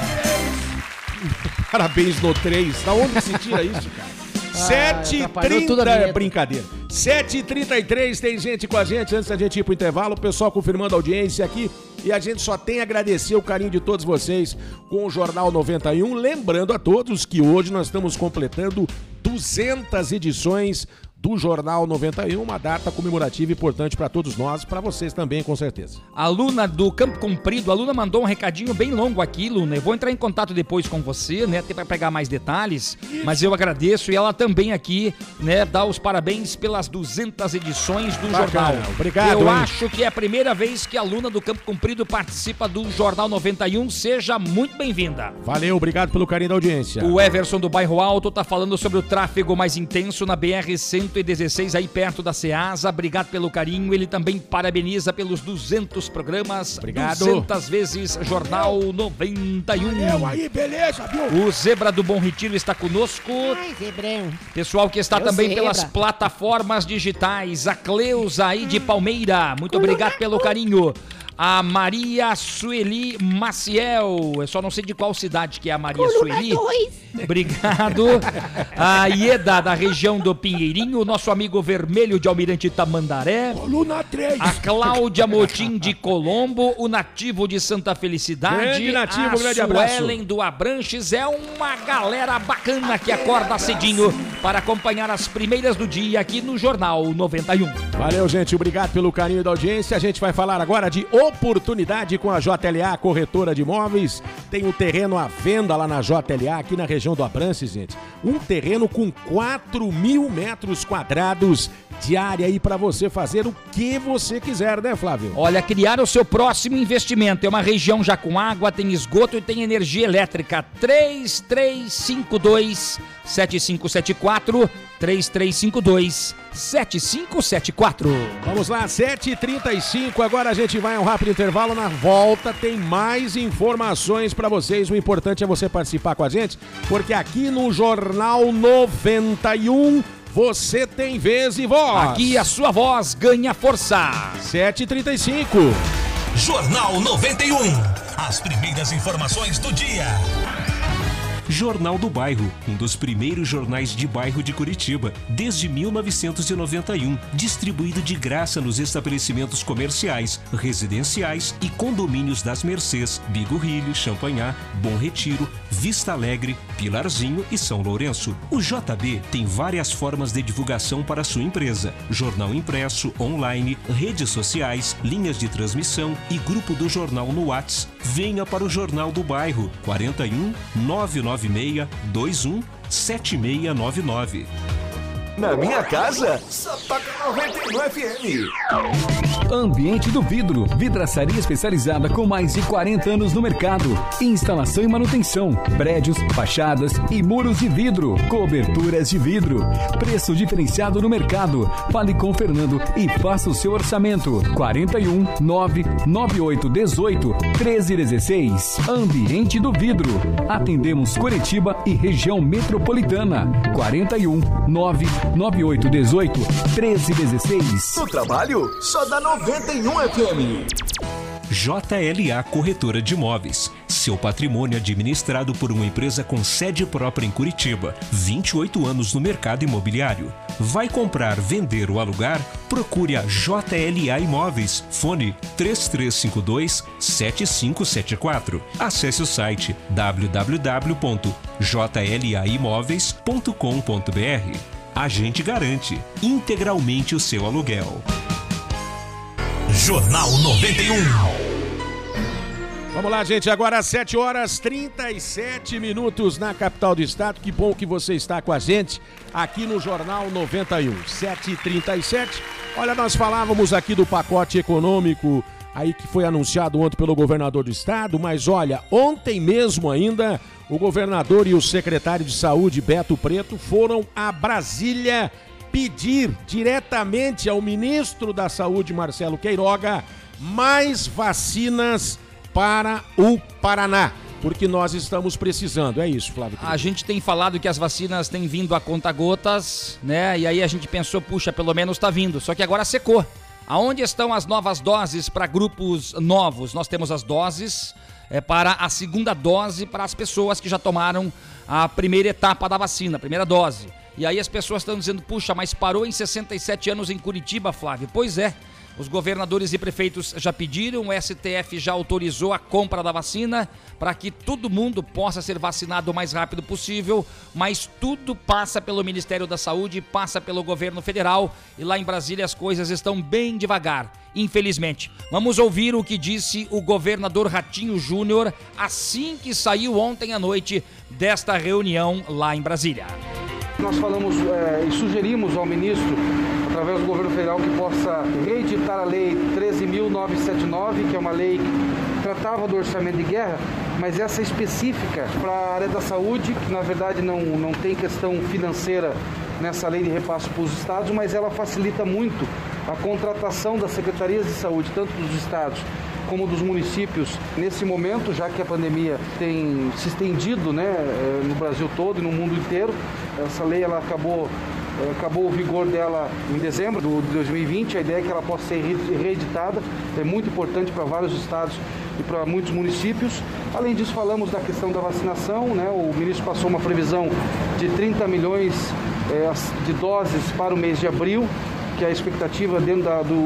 Parabéns no 3. Da onde se tira isso, cara? 7h30, é brincadeira. 7h33, tem gente com a gente. Antes da gente ir pro intervalo, o pessoal confirmando a audiência aqui. E a gente só tem a agradecer o carinho de todos vocês com o Jornal 91. Lembrando a todos que hoje nós estamos completando 200 edições do Jornal 91, uma data comemorativa importante para todos nós, para vocês também, com certeza. A Luna do Campo Comprido, a Luna mandou um recadinho bem longo aqui, Luna. Eu vou entrar em contato depois com você, né, até para pegar mais detalhes, mas eu agradeço e ela também aqui, né, dá os parabéns pelas 200 edições do jornal. Obrigado. Eu acho que é a primeira vez que a Luna do Campo Comprido participa do Jornal 91, seja muito bem-vinda. Valeu, obrigado pelo carinho da audiência. O Everson do Bairro Alto tá falando sobre o tráfego mais intenso na BR-116 aí perto da Ceasa. Obrigado pelo carinho. Ele também parabeniza pelos 200 programas. Obrigado. 200 vezes Jornal 91. Eu aí, beleza, viu? O Zebra do Bom Retiro está conosco. Ai, Zebrão. Pessoal que está também Zebra. pelas plataformas digitais. A Cleusa aí de Palmeira. Muito obrigado pelo carinho. a Maria Sueli Maciel. Eu só não sei de qual cidade que é a Maria Sueli. Obrigado. A Ieda, da região do Pinheirinho. O nosso amigo Vermelho de Almirante Tamandaré. Coluna 3. A Cláudia Motim de Colombo. O Nativo de Santa Felicidade. Grande Nativo, grande abraço. Suelen do Abranches. É uma galera bacana que acorda cedinho para acompanhar as primeiras do dia aqui no Jornal 91. Valeu, gente. Obrigado pelo carinho da audiência. A gente vai falar agora de oportunidade com a JLA, corretora de imóveis. Tem um terreno à venda lá na JLA, aqui na região do Abranches, gente. Um terreno com 4.000 metros quadrados de área aí para você fazer o que você quiser, né, Flávio? Olha, criar o seu próximo investimento. É uma região já com água, tem esgoto e tem energia elétrica. 3352-7574. 3352-7574. Vamos lá, 7h35. Agora a gente vai a um rápido intervalo. Na volta tem mais informações para vocês. O importante é você participar com a gente, porque aqui no Jornal 91 você tem vez e voz. Aqui a sua voz ganha força. 7h35. Jornal 91. As primeiras informações do dia. Jornal do Bairro, um dos primeiros jornais de bairro de Curitiba, desde 1991, distribuído de graça nos estabelecimentos comerciais, residenciais e condomínios das Mercês, Bigorrilho, Champanhar, Bom Retiro, Vista Alegre, Pilarzinho e São Lourenço. O JB tem várias formas de divulgação para a sua empresa: jornal impresso, online, redes sociais, linhas de transmissão e grupo do jornal no WhatsApp. Venha para o Jornal do Bairro, 41 996 21 7699. Na minha casa, só toca 91 FM. Ambiente do Vidro. Vidraçaria especializada com mais de 40 anos no mercado. Instalação e manutenção. Prédios, fachadas e muros de vidro. Coberturas de vidro. Preço diferenciado no mercado. Fale com o Fernando e faça o seu orçamento. 41 998 18 1316. Ambiente do Vidro. Atendemos Curitiba e região metropolitana. 41 99818 1316. No trabalho, só dá 91 FM. JLA Corretora de Imóveis. Seu patrimônio administrado por uma empresa com sede própria em Curitiba. 28 anos no mercado imobiliário. Vai comprar, vender ou alugar? Procure a JLA Imóveis. Fone 3352-7574. Acesse o site www.jlaimoveis.com.br. A gente garante integralmente o seu aluguel. Jornal 91. Vamos lá, gente. Agora às 7h37 na capital do estado. Que bom que você está com a gente aqui no Jornal 91. 7h37. Olha, nós falávamos aqui do pacote econômico aí que foi anunciado ontem pelo governador do estado, mas olha, ontem mesmo ainda o governador e o secretário de saúde, Beto Preto, foram a Brasília pedir diretamente ao ministro da Saúde, Marcelo Queiroga, mais vacinas para o Paraná, porque nós estamos precisando. É isso, Flávio. A gente tem falado que as vacinas têm vindo a conta-gotas, né? E aí a gente pensou, puxa, pelo menos tá vindo. Só que agora secou. Aonde estão as novas doses para grupos novos? Nós temos as doses para a segunda dose para as pessoas que já tomaram a primeira etapa da vacina, a primeira dose. E aí as pessoas estão dizendo, puxa, mas parou em 67 anos em Curitiba, Flávio. Pois é, os governadores e prefeitos já pediram, o STF já autorizou a compra da vacina para que todo mundo possa ser vacinado o mais rápido possível, mas tudo passa pelo Ministério da Saúde, passa pelo governo federal, e lá em Brasília as coisas estão bem devagar, infelizmente. Vamos ouvir o que disse o governador Ratinho Júnior assim que saiu ontem à noite desta reunião lá em Brasília. Nós falamos e sugerimos ao ministro, através do governo federal, que possa reeditar a lei 13.979, que é uma lei que tratava do orçamento de guerra, mas essa específica para a área da saúde, que na verdade não tem questão financeira nessa lei de repasse para os estados, mas ela facilita muito a contratação das secretarias de saúde, tanto dos estados como dos municípios, nesse momento, já que a pandemia tem se estendido, né, no Brasil todo e no mundo inteiro. Essa lei ela acabou Acabou o vigor dela em dezembro de 2020, a ideia é que ela possa ser reeditada, é muito importante para vários estados e para muitos municípios. Além disso, falamos da questão da vacinação, né? O ministro passou uma previsão de 30 milhões de doses para o mês de abril, que é a expectativa dentro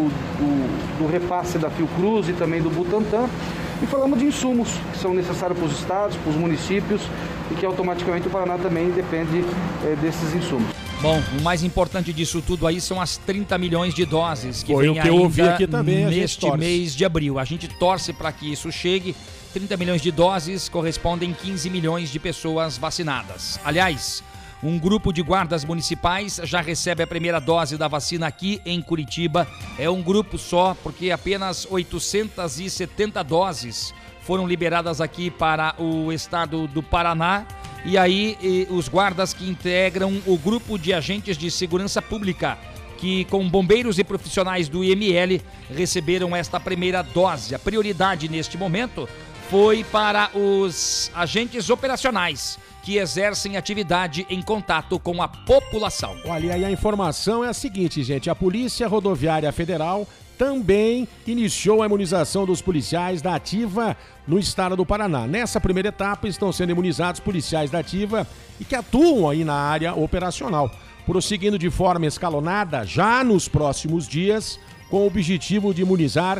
do repasse da Fiocruz e também do Butantan. E falamos de insumos que são necessários para os estados, para os municípios e que automaticamente o Paraná também depende desses insumos. Bom, o mais importante disso tudo aí são as 30 milhões de doses que Foi vem o que eu ouvi aqui também, neste mês de abril. A gente torce para que isso chegue. 30 milhões de doses correspondem a 15 milhões de pessoas vacinadas. Aliás, um grupo de guardas municipais já recebe a primeira dose da vacina aqui em Curitiba. É um grupo só, porque apenas 870 doses foram liberadas aqui para o estado do Paraná. E aí, os guardas que integram o grupo de agentes de segurança pública, que com bombeiros e profissionais do IML receberam esta primeira dose. A prioridade neste momento foi para os agentes operacionais que exercem atividade em contato com a população. Olha, aí a informação é a seguinte, gente. A Polícia Rodoviária Federal também iniciou a imunização dos policiais da Ativa no estado do Paraná. Nessa primeira etapa estão sendo imunizados policiais da Ativa e que atuam aí na área operacional, prosseguindo de forma escalonada já nos próximos dias, com o objetivo de imunizar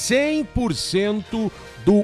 100% do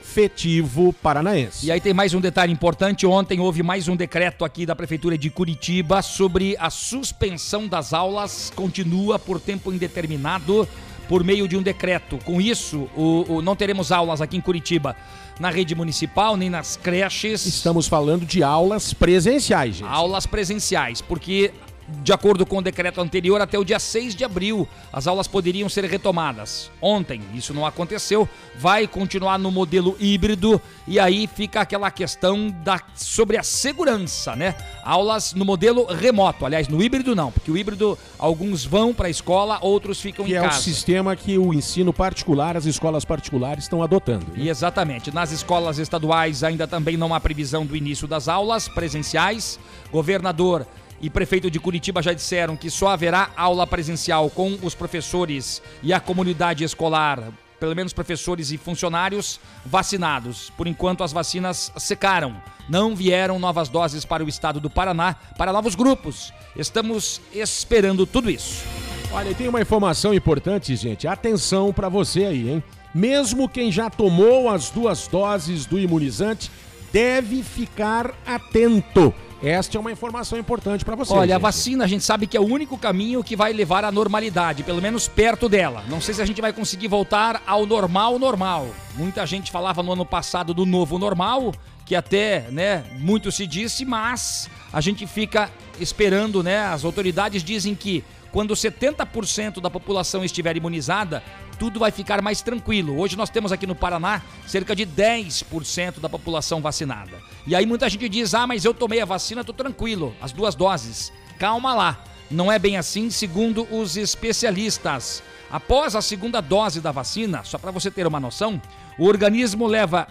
efetivo paranaense. E aí tem mais um detalhe importante. Ontem houve mais um decreto aqui da Prefeitura de Curitiba sobre a suspensão das aulas, continua por tempo indeterminado por meio de um decreto. Com isso, não teremos aulas aqui em Curitiba na rede municipal, nem nas creches. Estamos falando de aulas presenciais, gente. Aulas presenciais, porque de acordo com o decreto anterior, até o dia 6 de abril, as aulas poderiam ser retomadas. Ontem, isso não aconteceu, vai continuar no modelo híbrido, e aí fica aquela questão sobre a segurança, né? Aulas no modelo remoto, aliás, no híbrido não, porque o híbrido, alguns vão para a escola, outros ficam em casa. Que é o sistema que o ensino particular, as escolas particulares estão adotando. Né? E exatamente, nas escolas estaduais ainda também não há previsão do início das aulas presenciais. Governador e prefeito de Curitiba já disseram que só haverá aula presencial com os professores e a comunidade escolar, pelo menos professores e funcionários, vacinados. Por enquanto as vacinas secaram, não vieram novas doses para o estado do Paraná, para novos grupos. Estamos esperando tudo isso. Olha, tem uma informação importante, gente. Atenção para você aí, hein? Mesmo quem já tomou as 2 doses do imunizante deve ficar atento. Esta é uma informação importante para você. Olha, gente. A vacina a gente sabe que é o único caminho que vai levar à normalidade, pelo menos perto dela. Não sei se a gente vai conseguir voltar ao normal. Muita gente falava no ano passado do novo normal, que até, né, muito se disse, mas a gente fica esperando, né? As autoridades dizem que quando 70% da população estiver imunizada, tudo vai ficar mais tranquilo. Hoje nós temos aqui no Paraná cerca de 10% da população vacinada. E aí muita gente diz, mas eu tomei a vacina, tô tranquilo, as 2 doses. Calma lá, não é bem assim, segundo os especialistas. Após a 2ª dose da vacina, só para você ter uma noção, o organismo leva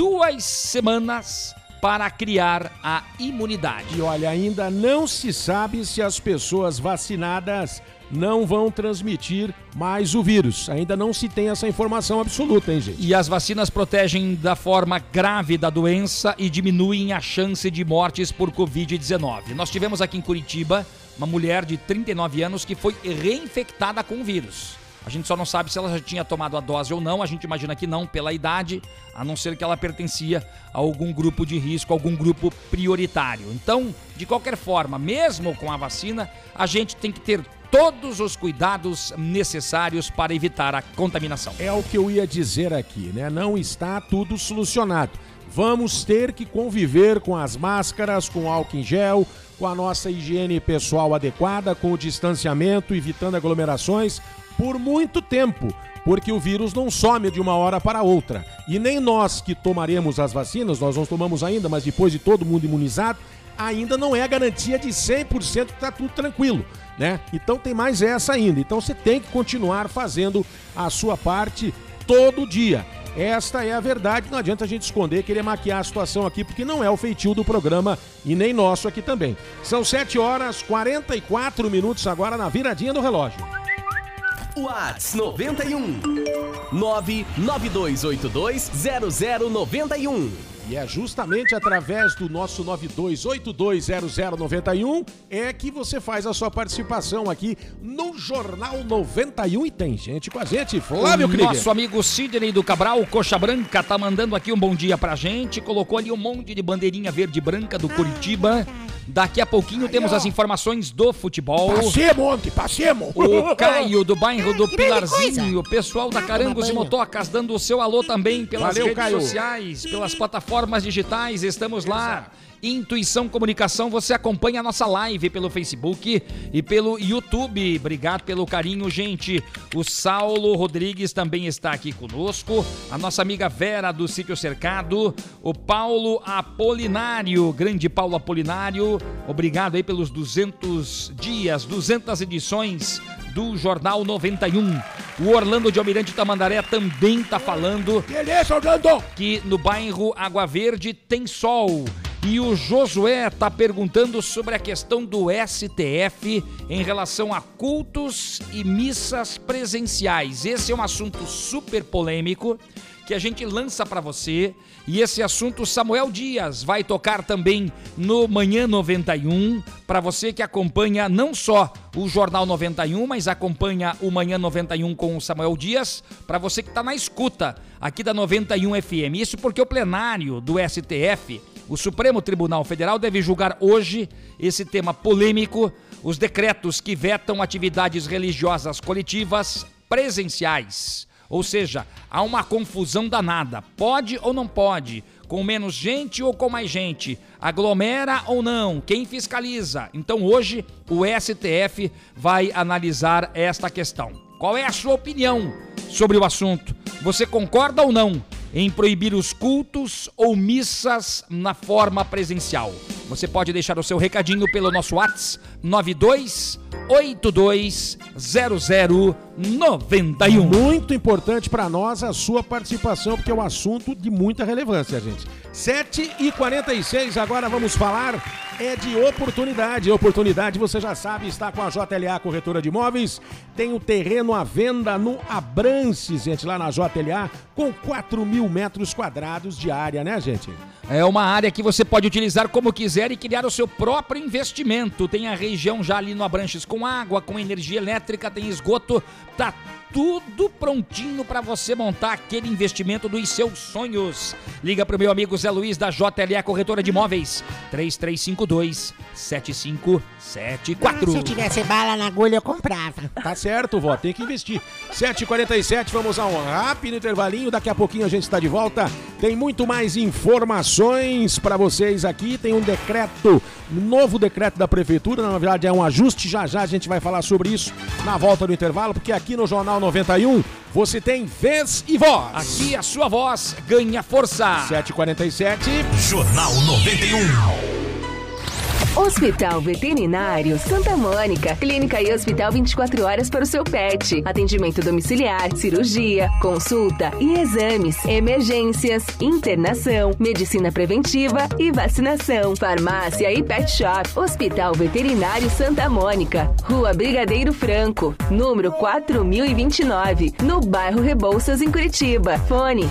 2 semanas para criar a imunidade. E olha, ainda não se sabe se as pessoas vacinadas não vão transmitir mais o vírus. Ainda não se tem essa informação absoluta, hein, gente? E as vacinas protegem da forma grave da doença e diminuem a chance de mortes por Covid-19. Nós tivemos aqui em Curitiba uma mulher de 39 anos que foi reinfectada com o vírus. A gente só não sabe se ela já tinha tomado a dose ou não, a gente imagina que não, pela idade, a não ser que ela pertencia a algum grupo de risco, algum grupo prioritário. Então, de qualquer forma, mesmo com a vacina, a gente tem que ter todos os cuidados necessários para evitar a contaminação. É o que eu ia dizer aqui, né? Não está tudo solucionado. Vamos ter que conviver com as máscaras, com álcool em gel, com a nossa higiene pessoal adequada, com o distanciamento, evitando aglomerações, por muito tempo, porque o vírus não some de uma hora para outra. E nem nós que tomaremos as vacinas, nós não tomamos ainda, mas depois de todo mundo imunizado, ainda não é a garantia de 100% que está tudo tranquilo, né? Então tem mais essa ainda. Então você tem que continuar fazendo a sua parte todo dia. Esta é a verdade, não adianta a gente esconder, querer maquiar a situação aqui, porque não é o feitio do programa e nem nosso aqui também. São 7h44 agora na viradinha do relógio. Whats 91 992820091. E é justamente através do nosso 92820091 é que você faz a sua participação aqui no Jornal 91 e tem gente com a gente. Flávio Krieger. Nosso amigo Sidney do Cabral, Coxa Branca, tá mandando aqui um bom dia pra gente, colocou ali um monte de bandeirinha verde e branca do Curitiba. Daqui a pouquinho temos as informações do futebol. Passemos! O Caio do bairro do Pilarzinho, o pessoal da Carangos e Motocas dando o seu alô também pelas redes sociais, pelas plataformas digitais, estamos lá. Intuição Comunicação, você acompanha a nossa live pelo Facebook e pelo YouTube. Obrigado pelo carinho, gente. O Saulo Rodrigues também está aqui conosco. A nossa amiga Vera do Sítio Cercado. O Paulo Apolinário, grande Paulo Apolinário. Obrigado aí pelos 200 dias, 200 edições do Jornal 91. O Orlando de Almirante Tamandaré também está falando. Beleza, Orlando! Que no bairro Água Verde tem sol. E o Josué está perguntando sobre a questão do STF em relação a cultos e missas presenciais. Esse é um assunto super polêmico que a gente lança para você. E esse assunto Samuel Dias vai tocar também no Manhã 91, para você que acompanha não só o Jornal 91, mas acompanha o Manhã 91 com o Samuel Dias, para você que está na escuta aqui da 91 FM. Isso porque o plenário do STF, o Supremo Tribunal Federal, deve julgar hoje esse tema polêmico, os decretos que vetam atividades religiosas coletivas presenciais. Ou seja, há uma confusão danada. Pode ou não pode? Com menos gente ou com mais gente? Aglomera ou não? Quem fiscaliza? Então hoje o STF vai analisar esta questão. Qual é a sua opinião sobre o assunto? Você concorda ou não em proibir os cultos ou missas na forma presencial? Você pode deixar o seu recadinho pelo nosso WhatsApp 92820091. Muito importante para nós a sua participação, porque é um assunto de muita relevância, gente. 7h46, agora vamos falar de oportunidade. Oportunidade, você já sabe, está com a JLA Corretora de Imóveis. Tem o terreno à venda no Abranches, gente, lá na JLA, com 4.000 metros quadrados de área, né, gente? É uma área que você pode utilizar como quiser e criar o seu próprio investimento. Tem a região já ali no Abranches com água, com energia elétrica, tem esgoto, tá tudo prontinho para você montar aquele investimento dos seus sonhos. Liga pro meu amigo Zé Luiz da JLA Corretora de Imóveis, 3352-7574. Se eu tivesse bala na agulha, eu comprava. Tá certo, vó, tem que investir. 7h47, vamos a um rápido intervalinho, daqui a pouquinho a gente está de volta. Tem muito mais informações para vocês aqui, tem um decreto, um novo decreto da Prefeitura, na verdade é um ajuste, já a gente vai falar sobre isso na volta do intervalo, porque aqui no Jornal 91 você tem vez e voz. Aqui a sua voz ganha força. 7h47. Jornal 91. Hospital Veterinário Santa Mônica. Clínica e hospital 24 horas para o seu pet. Atendimento domiciliar, cirurgia, consulta e exames, emergências, internação, medicina preventiva e vacinação. Farmácia e pet shop. Hospital Veterinário Santa Mônica. Rua Brigadeiro Franco, número 4029, no bairro Rebouças, em Curitiba. Fone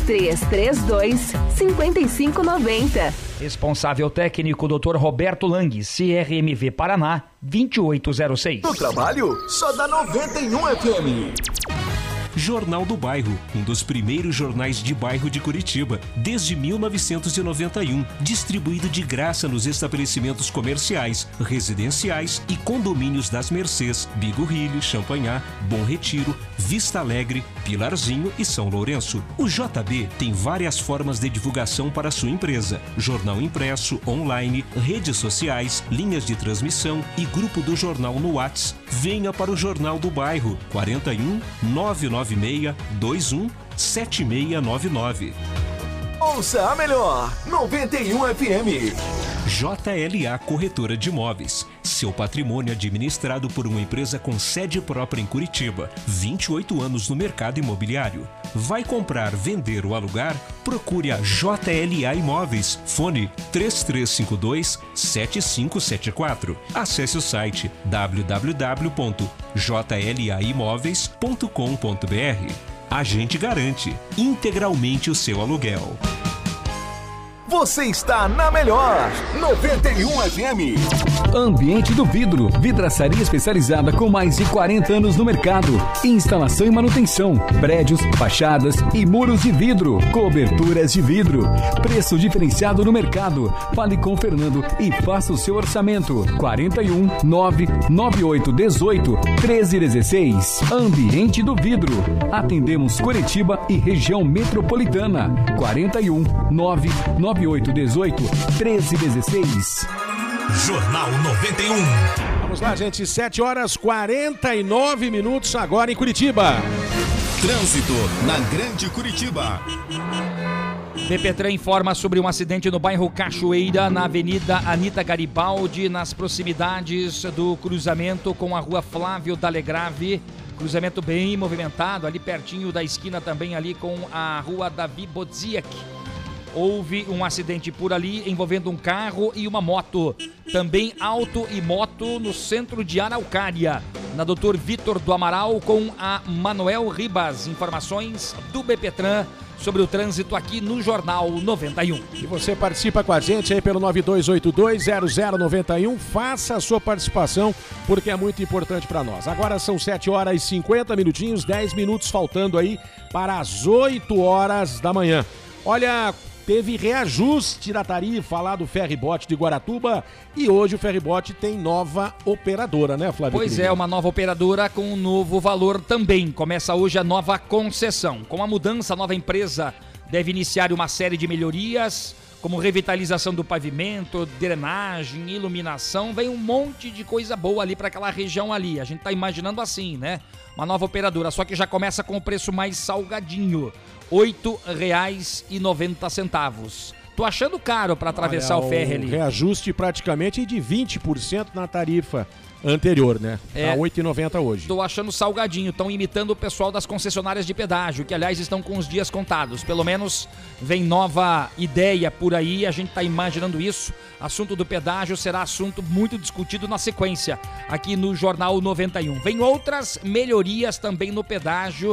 3332-5590. Responsável técnico Dr. Roberto Lang, CRMV Paraná, 2806. No trabalho, só da 91 FM. Jornal do Bairro, um dos primeiros jornais de bairro de Curitiba, desde 1991, distribuído de graça nos estabelecimentos comerciais, residenciais e condomínios das Mercês, Bigorrilho, Champanhar, Bom Retiro, Vista Alegre, Pilarzinho e São Lourenço. O JB tem várias formas de divulgação para a sua empresa: jornal impresso, online, redes sociais, linhas de transmissão e grupo do jornal no WhatsApp. Venha para o Jornal do Bairro, 41 996 21 7699. Ouça a melhor 91 FM. JLA Corretora de Imóveis. Seu patrimônio administrado por uma empresa com sede própria em Curitiba. 28 anos no mercado imobiliário. Vai comprar, vender ou alugar? Procure a JLA Imóveis. Fone 3352-7574. Acesse o site www.jlaimoveis.com.br. A gente garante integralmente o seu aluguel. Você está na melhor 91 FM. Ambiente do Vidro. Vidraçaria especializada com mais de 40 anos no mercado. Instalação e manutenção. Prédios, fachadas e muros de vidro. Coberturas de vidro. Preço diferenciado no mercado. Fale com o Fernando e faça o seu orçamento. 41 998 18 1316. Ambiente do Vidro. Atendemos Curitiba e região metropolitana. 41 998 18 1316. Jornal 91. Vamos lá, gente. 7h49 agora em Curitiba. Trânsito na Grande Curitiba. BPTran informa sobre um acidente no bairro Cachoeira, na Avenida Anita Garibaldi, nas proximidades do cruzamento com a Rua Flávio D'Alegrave. Cruzamento bem movimentado, ali pertinho da esquina também ali com a Rua Davi Bodziak. Houve um acidente por ali envolvendo um carro e uma moto. Também auto e moto no centro de Araucária. Na Dr. Vitor do Amaral com a Manuel Ribas. Informações do BPTran sobre o trânsito aqui no Jornal 91. E você participa com a gente aí pelo 92820091. Faça a sua participação porque é muito importante para nós. Agora são 7h50, 10 minutos faltando aí para as 8 horas da manhã. Olha, teve reajuste da tarifa lá do ferryboat de Guaratuba e hoje o ferryboat tem nova operadora, né, Flávio? Pois é, uma nova operadora com um novo valor também. Começa hoje a nova concessão. Com a mudança, a nova empresa deve iniciar uma série de melhorias, como revitalização do pavimento, drenagem, iluminação. Vem um monte de coisa boa ali para aquela região ali. A gente tá imaginando assim, né? Uma nova operadora, só que já começa com o preço mais salgadinho. R$ 8,90. Tô achando caro para atravessar o ferry ali. Reajuste praticamente de 20% na tarifa anterior, né? É. Tá 8,90 hoje. Tô achando salgadinho. Estão imitando o pessoal das concessionárias de pedágio, que aliás estão com os dias contados. Pelo menos vem nova ideia por aí, a gente tá imaginando isso. Assunto do pedágio será assunto muito discutido na sequência aqui no Jornal 91. Vem outras melhorias também no pedágio,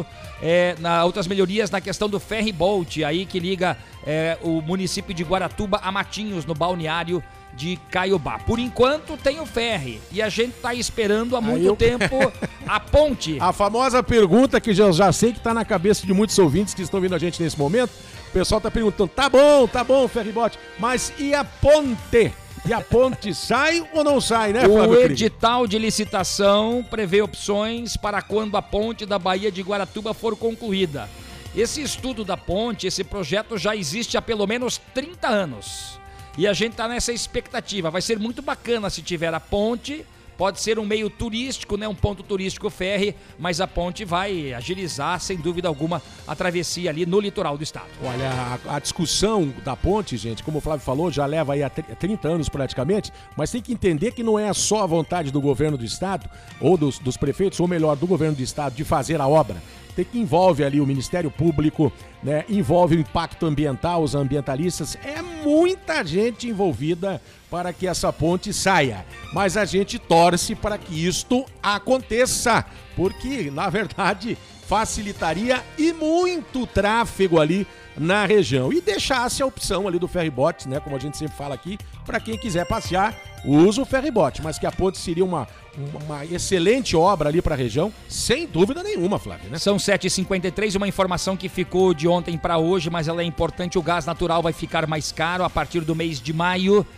outras melhorias na questão do ferryboat, aí que liga o município de Guaratuba a Matinhos, no balneário de Caiobá. Por enquanto tem o ferry e a gente tá esperando há muito tempo a ponte. A famosa pergunta que já sei que tá na cabeça de muitos ouvintes que estão vendo a gente nesse momento. O pessoal tá perguntando, tá bom, ferryboat, mas e a ponte? E a ponte sai ou não sai, né, Flávio? O edital de licitação prevê opções para quando a ponte da Baía de Guaratuba for concluída. Esse estudo da ponte, esse projeto já existe há pelo menos 30 anos. E a gente está nessa expectativa. Vai ser muito bacana se tiver a ponte. Pode ser um meio turístico, né? Um ponto turístico ferry, mas a ponte vai agilizar, sem dúvida alguma, a travessia ali no litoral do estado. Olha, a discussão da ponte, gente, como o Flávio falou, já leva aí há 30 anos praticamente, mas tem que entender que não é só a vontade do governo do estado, ou dos prefeitos, ou melhor, do governo do estado, de fazer a obra. Tem que envolve ali o Ministério Público, né? Envolve o impacto ambiental, os ambientalistas. É muita gente envolvida para que essa ponte saia. Mas a gente torce para que isto aconteça, porque, na verdade, facilitaria e muito tráfego ali na região. E deixasse a opção ali do ferryboat, né? Como a gente sempre fala aqui, para quem quiser passear, usa o ferryboat. Mas que a ponte seria uma excelente obra ali para a região, sem dúvida nenhuma, Flávio, né? São 7h53, uma informação que ficou de ontem para hoje, mas ela é importante. O gás natural vai ficar mais caro a partir do mês de maio.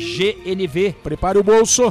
GNV. Prepare o bolso.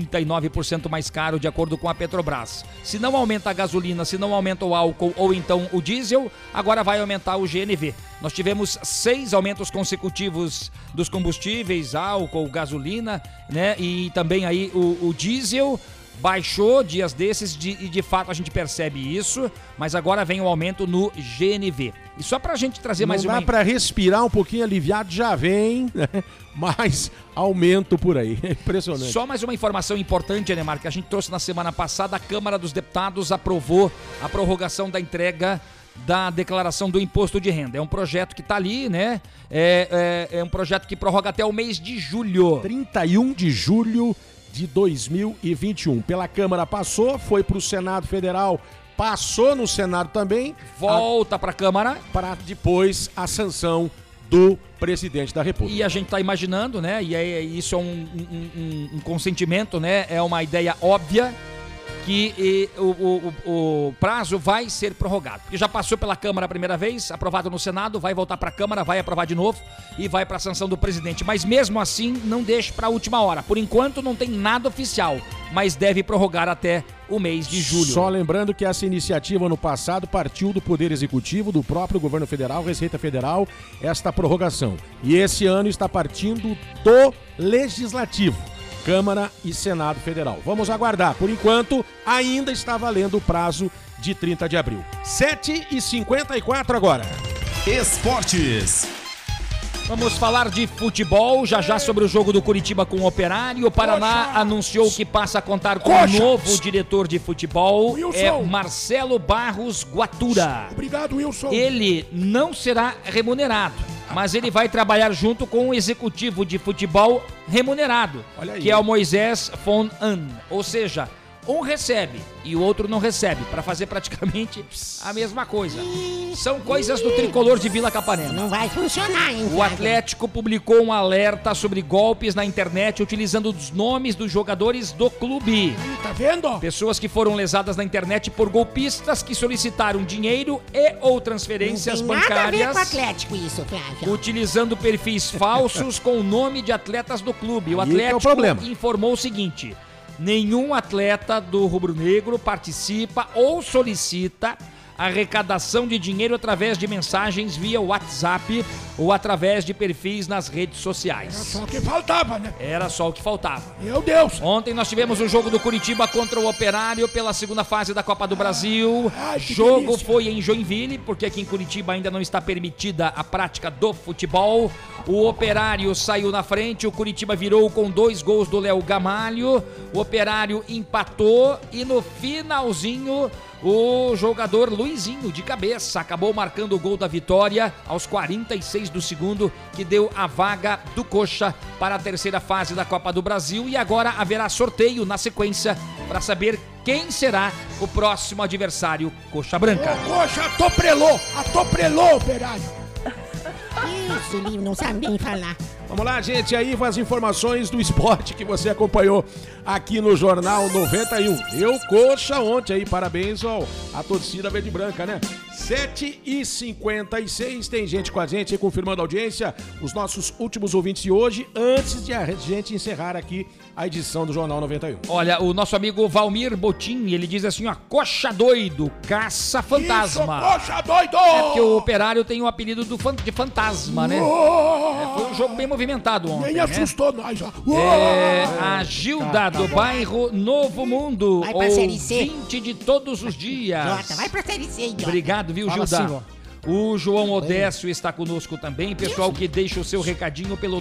39% mais caro, de acordo com a Petrobras. Se não aumenta a gasolina, se não aumenta o álcool ou então o diesel, agora vai aumentar o GNV. Nós tivemos 6 aumentos consecutivos dos combustíveis, álcool, gasolina, né? E também aí o diesel. baixou dias desses e de fato a gente percebe isso, mas agora vem o aumento no GNV. E só pra gente trazer mais uma... Não dá pra respirar um pouquinho aliviado, já vem, né? Mais aumento por aí. É impressionante. Só mais uma informação importante, Anemar, que a gente trouxe na semana passada. A Câmara dos Deputados aprovou a prorrogação da entrega da declaração do imposto de renda. É um projeto que tá ali, né? É um projeto que prorroga até o mês de julho. 31 de julho de 2021. Pela Câmara passou, foi pro Senado Federal, passou no Senado também. Volta pra Câmara. Para depois a sanção do presidente da República. E a gente tá imaginando, né? E isso é um consentimento, né? É uma ideia óbvia que o prazo vai ser prorrogado. Porque já passou pela Câmara a primeira vez, aprovado no Senado, vai voltar para a Câmara, vai aprovar de novo e vai para a sanção do presidente. Mas mesmo assim, não deixe para a última hora. Por enquanto, não tem nada oficial, mas deve prorrogar até o mês de julho. Só lembrando que essa iniciativa no passado partiu do Poder Executivo, do próprio Governo Federal, Receita Federal, esta prorrogação. E esse ano está partindo do Legislativo. Câmara e Senado Federal. Vamos aguardar. Por enquanto, ainda está valendo o prazo de 30 de abril. 7h54 agora. Esportes. Vamos falar de futebol, já sobre o jogo do Curitiba com o Operário. O Paraná anunciou que passa a contar com um novo diretor de futebol, é Marcelo Barros Guatura. Obrigado, Wilson. Ele não será remunerado, mas ele vai trabalhar junto com o executivo de futebol remunerado, que é o Moisés von An. Ou seja, um recebe e o outro não recebe, para fazer praticamente a mesma coisa. São coisas do tricolor de Vila Capanema. Não vai funcionar, hein? O Atlético publicou um alerta sobre golpes na internet utilizando os nomes dos jogadores do clube. Tá vendo? Pessoas que foram lesadas na internet por golpistas que solicitaram dinheiro e ou transferências bancárias. Nada a ver com o Atlético isso, Flávio. Utilizando perfis falsos com o nome de atletas do clube. O Atlético informou o seguinte: nenhum atleta do rubro-negro participa ou solicita arrecadação de dinheiro através de mensagens via WhatsApp ou através de perfis nas redes sociais. Era só o que faltava, né? Era só o que faltava. Meu Deus! Ontem nós tivemos o jogo do Curitiba contra o Operário pela segunda fase da Copa do Brasil. Jogo delícia. Foi em Joinville, porque aqui em Curitiba ainda não está permitida a prática do futebol. O Operário saiu na frente, o Curitiba virou com 2 gols do Léo Gamalho. O Operário empatou e no finalzinho o jogador Luizinho, de cabeça, acabou marcando o gol da vitória aos 46 do segundo, que deu a vaga do Coxa para a terceira fase da Copa do Brasil. E agora haverá sorteio na sequência para saber quem será o próximo adversário Coxa Branca. O Coxa atropelou, Operário. Isso, Lino, não sabe nem falar. Vamos lá, gente, aí as informações do esporte que você acompanhou aqui no Jornal 91. Deu Coxa ontem aí, parabéns à torcida verde e branca, né? 7h56, tem gente com a gente aí confirmando a audiência, os nossos últimos ouvintes de hoje, antes de a gente encerrar aqui a edição do Jornal 91. Olha, o nosso amigo Valmir Botim, ele diz assim, ó, Coxa doido, caça fantasma. Isso, Coxa doido! É porque o Operário tem o apelido de fantasma, né? Foi um jogo bem movimentado ontem, nem assustou nós, ó. A Gilda do bairro Novo Mundo, vai pra Série C. 20 de todos os dias. Jota, vai pra Série C, Jota. Obrigado, viu, Fala Gilda? assim, o João Odécio está conosco também. Pessoal que deixa o seu recadinho pelo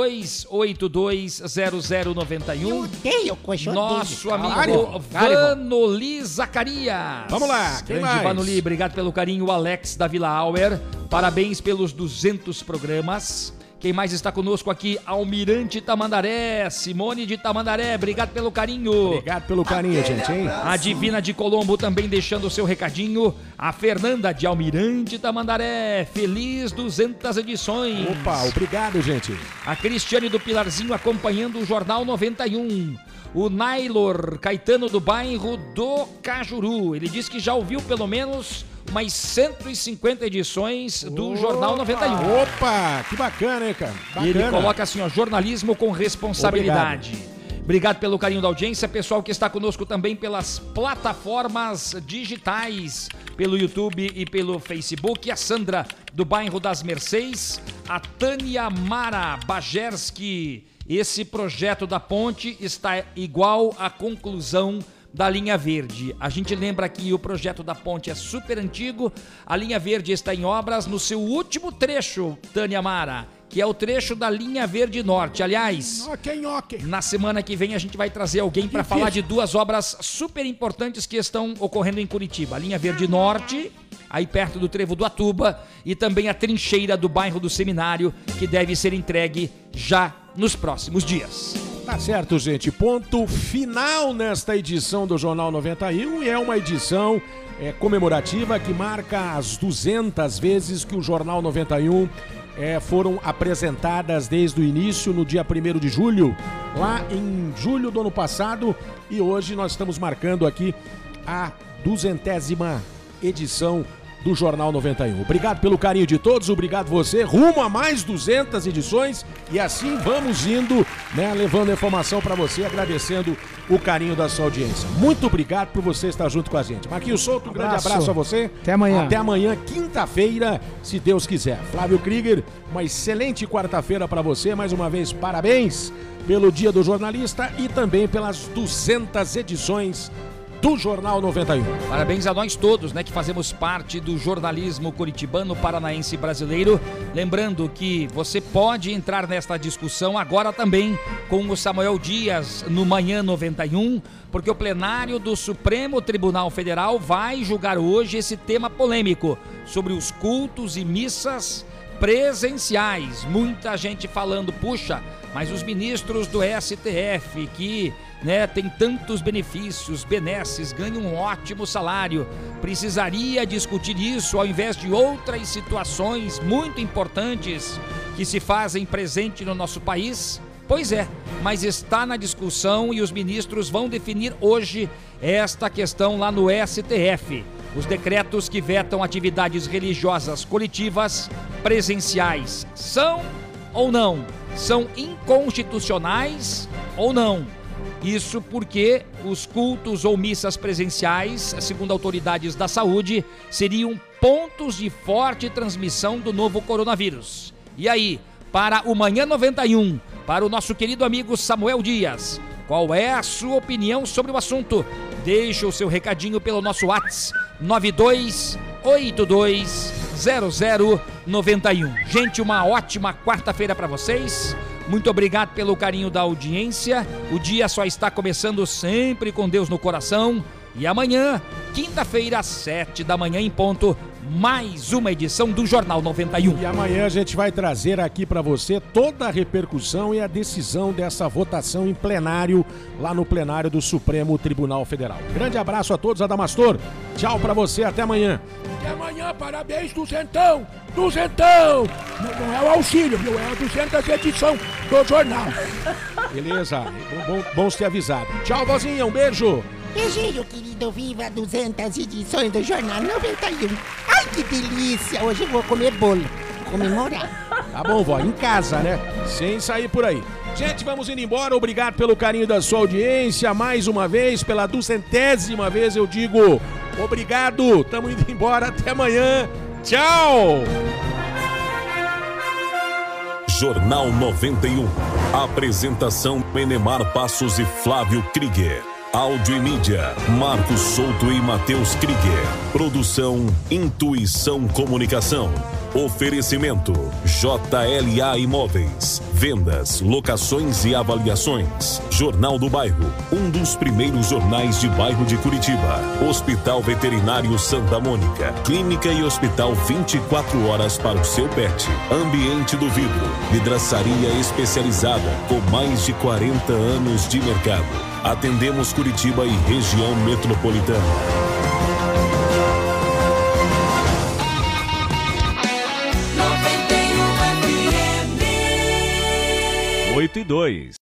92820091. Odeio Coxa. Nosso amigo Vanoli Zacarias. Vamos lá, quem grande mais? Vanoli, obrigado pelo carinho. O Alex da Vila Auer, parabéns pelos 200 programas. Quem mais está conosco aqui? Almirante Tamandaré, Simone de Tamandaré, obrigado pelo carinho. Obrigado pelo carinho, gente, hein? A Divina de Colombo também deixando o seu recadinho. A Fernanda de Almirante Tamandaré, feliz 200 edições. Opa, obrigado, gente. A Cristiane do Pilarzinho acompanhando o Jornal 91. O Nailor Caetano do bairro do Cajuru, ele diz que já ouviu pelo menos umas 150 edições do Jornal 91. Opa, que bacana, hein, cara? Bacana. E ele coloca assim, ó, jornalismo com responsabilidade. Obrigado pelo carinho da audiência, pessoal que está conosco também pelas plataformas digitais, pelo YouTube e pelo Facebook. A Sandra do bairro das Mercês, a Tânia Mara Bajerski esse projeto da ponte está igual à conclusão da linha verde. A gente lembra que o projeto da ponte é super antigo, a linha verde está em obras no seu último trecho, Tânia Mara, que é o trecho da linha verde norte. Aliás, na semana que vem a gente vai trazer alguém para falar de duas obras super importantes que estão ocorrendo em Curitiba. A linha verde norte, aí perto do Trevo do Atuba, e também a trincheira do bairro do Seminário, que deve ser entregue já nos próximos dias. Tá certo, gente. Ponto final nesta edição do Jornal 91, e é uma edição comemorativa que marca as 200 vezes que o Jornal 91 foram apresentadas desde o início, no dia 1º de julho, lá em julho do ano passado, e hoje nós estamos marcando aqui a 200ª edição do Jornal 91. Obrigado pelo carinho de todos, obrigado você, rumo a mais 200 edições, e assim vamos indo, né, levando a informação para você, agradecendo o carinho da sua audiência. Muito obrigado por você estar junto com a gente. Marquinhos Souto, um grande abraço a você. Até amanhã. Até amanhã, quinta-feira, se Deus quiser. Flávio Krieger, uma excelente quarta-feira para você. Mais uma vez, parabéns pelo Dia do Jornalista e também pelas 200 edições do Jornal 91. Parabéns a nós todos, né, que fazemos parte do jornalismo curitibano, paranaense e brasileiro. Lembrando que você pode entrar nesta discussão agora também com o Samuel Dias no Manhã 91, porque o plenário do Supremo Tribunal Federal vai julgar hoje esse tema polêmico sobre os cultos e missas presenciais. Muita gente falando, puxa, mas os ministros do STF que, né, tem tantos benefícios, benesses, ganham um ótimo salário, precisaria discutir isso ao invés de outras situações muito importantes que se fazem presente no nosso país? Pois é, mas está na discussão e os ministros vão definir hoje esta questão lá no STF. Os decretos que vetam atividades religiosas coletivas presenciais são ou não? São inconstitucionais ou não? Isso porque os cultos ou missas presenciais, segundo autoridades da saúde, seriam pontos de forte transmissão do novo coronavírus. E aí, para o Manhã 91, para o nosso querido amigo Samuel Dias, qual é a sua opinião sobre o assunto? Deixa o seu recadinho pelo nosso WhatsApp 92820091. Gente, uma ótima quarta-feira para vocês. Muito obrigado pelo carinho da audiência. O dia só está começando sempre com Deus no coração. E amanhã, quinta-feira, às 7 da manhã em ponto, mais uma edição do Jornal 91. E amanhã a gente vai trazer aqui para você toda a repercussão e a decisão dessa votação em plenário, lá no plenário do Supremo Tribunal Federal. Grande abraço a todos, Adamastor. Tchau para você, até amanhã. Até amanhã, parabéns, duzentão. Duzentão. Não é o auxílio, viu? É a 200 edição do jornal. Beleza, bom ter avisado. Tchau, vozinha, um beijo. Beijinho, querido, viva 200 edições do Jornal 91. Ai, que delícia, hoje eu vou comer bolo, vou comemorar. Tá bom, vó, em casa, né? Sem sair por aí. Gente, vamos indo embora, obrigado pelo carinho da sua audiência, mais uma vez, pela 200ª vez eu digo obrigado, tamo indo embora, até amanhã, tchau! Jornal 91, apresentação Enemar Passos e Flávio Krieger. Áudio e mídia, Marcos Souto e Matheus Krieger. Produção, Intuição Comunicação. Oferecimento, JLA Imóveis. Vendas, locações e avaliações. Jornal do Bairro, um dos primeiros jornais de bairro de Curitiba. Hospital Veterinário Santa Mônica. Clínica e hospital 24 horas para o seu pet. Ambiente do Vidro. Vidraçaria especializada com mais de 40 anos de mercado. Atendemos Curitiba e região metropolitana. 8:02.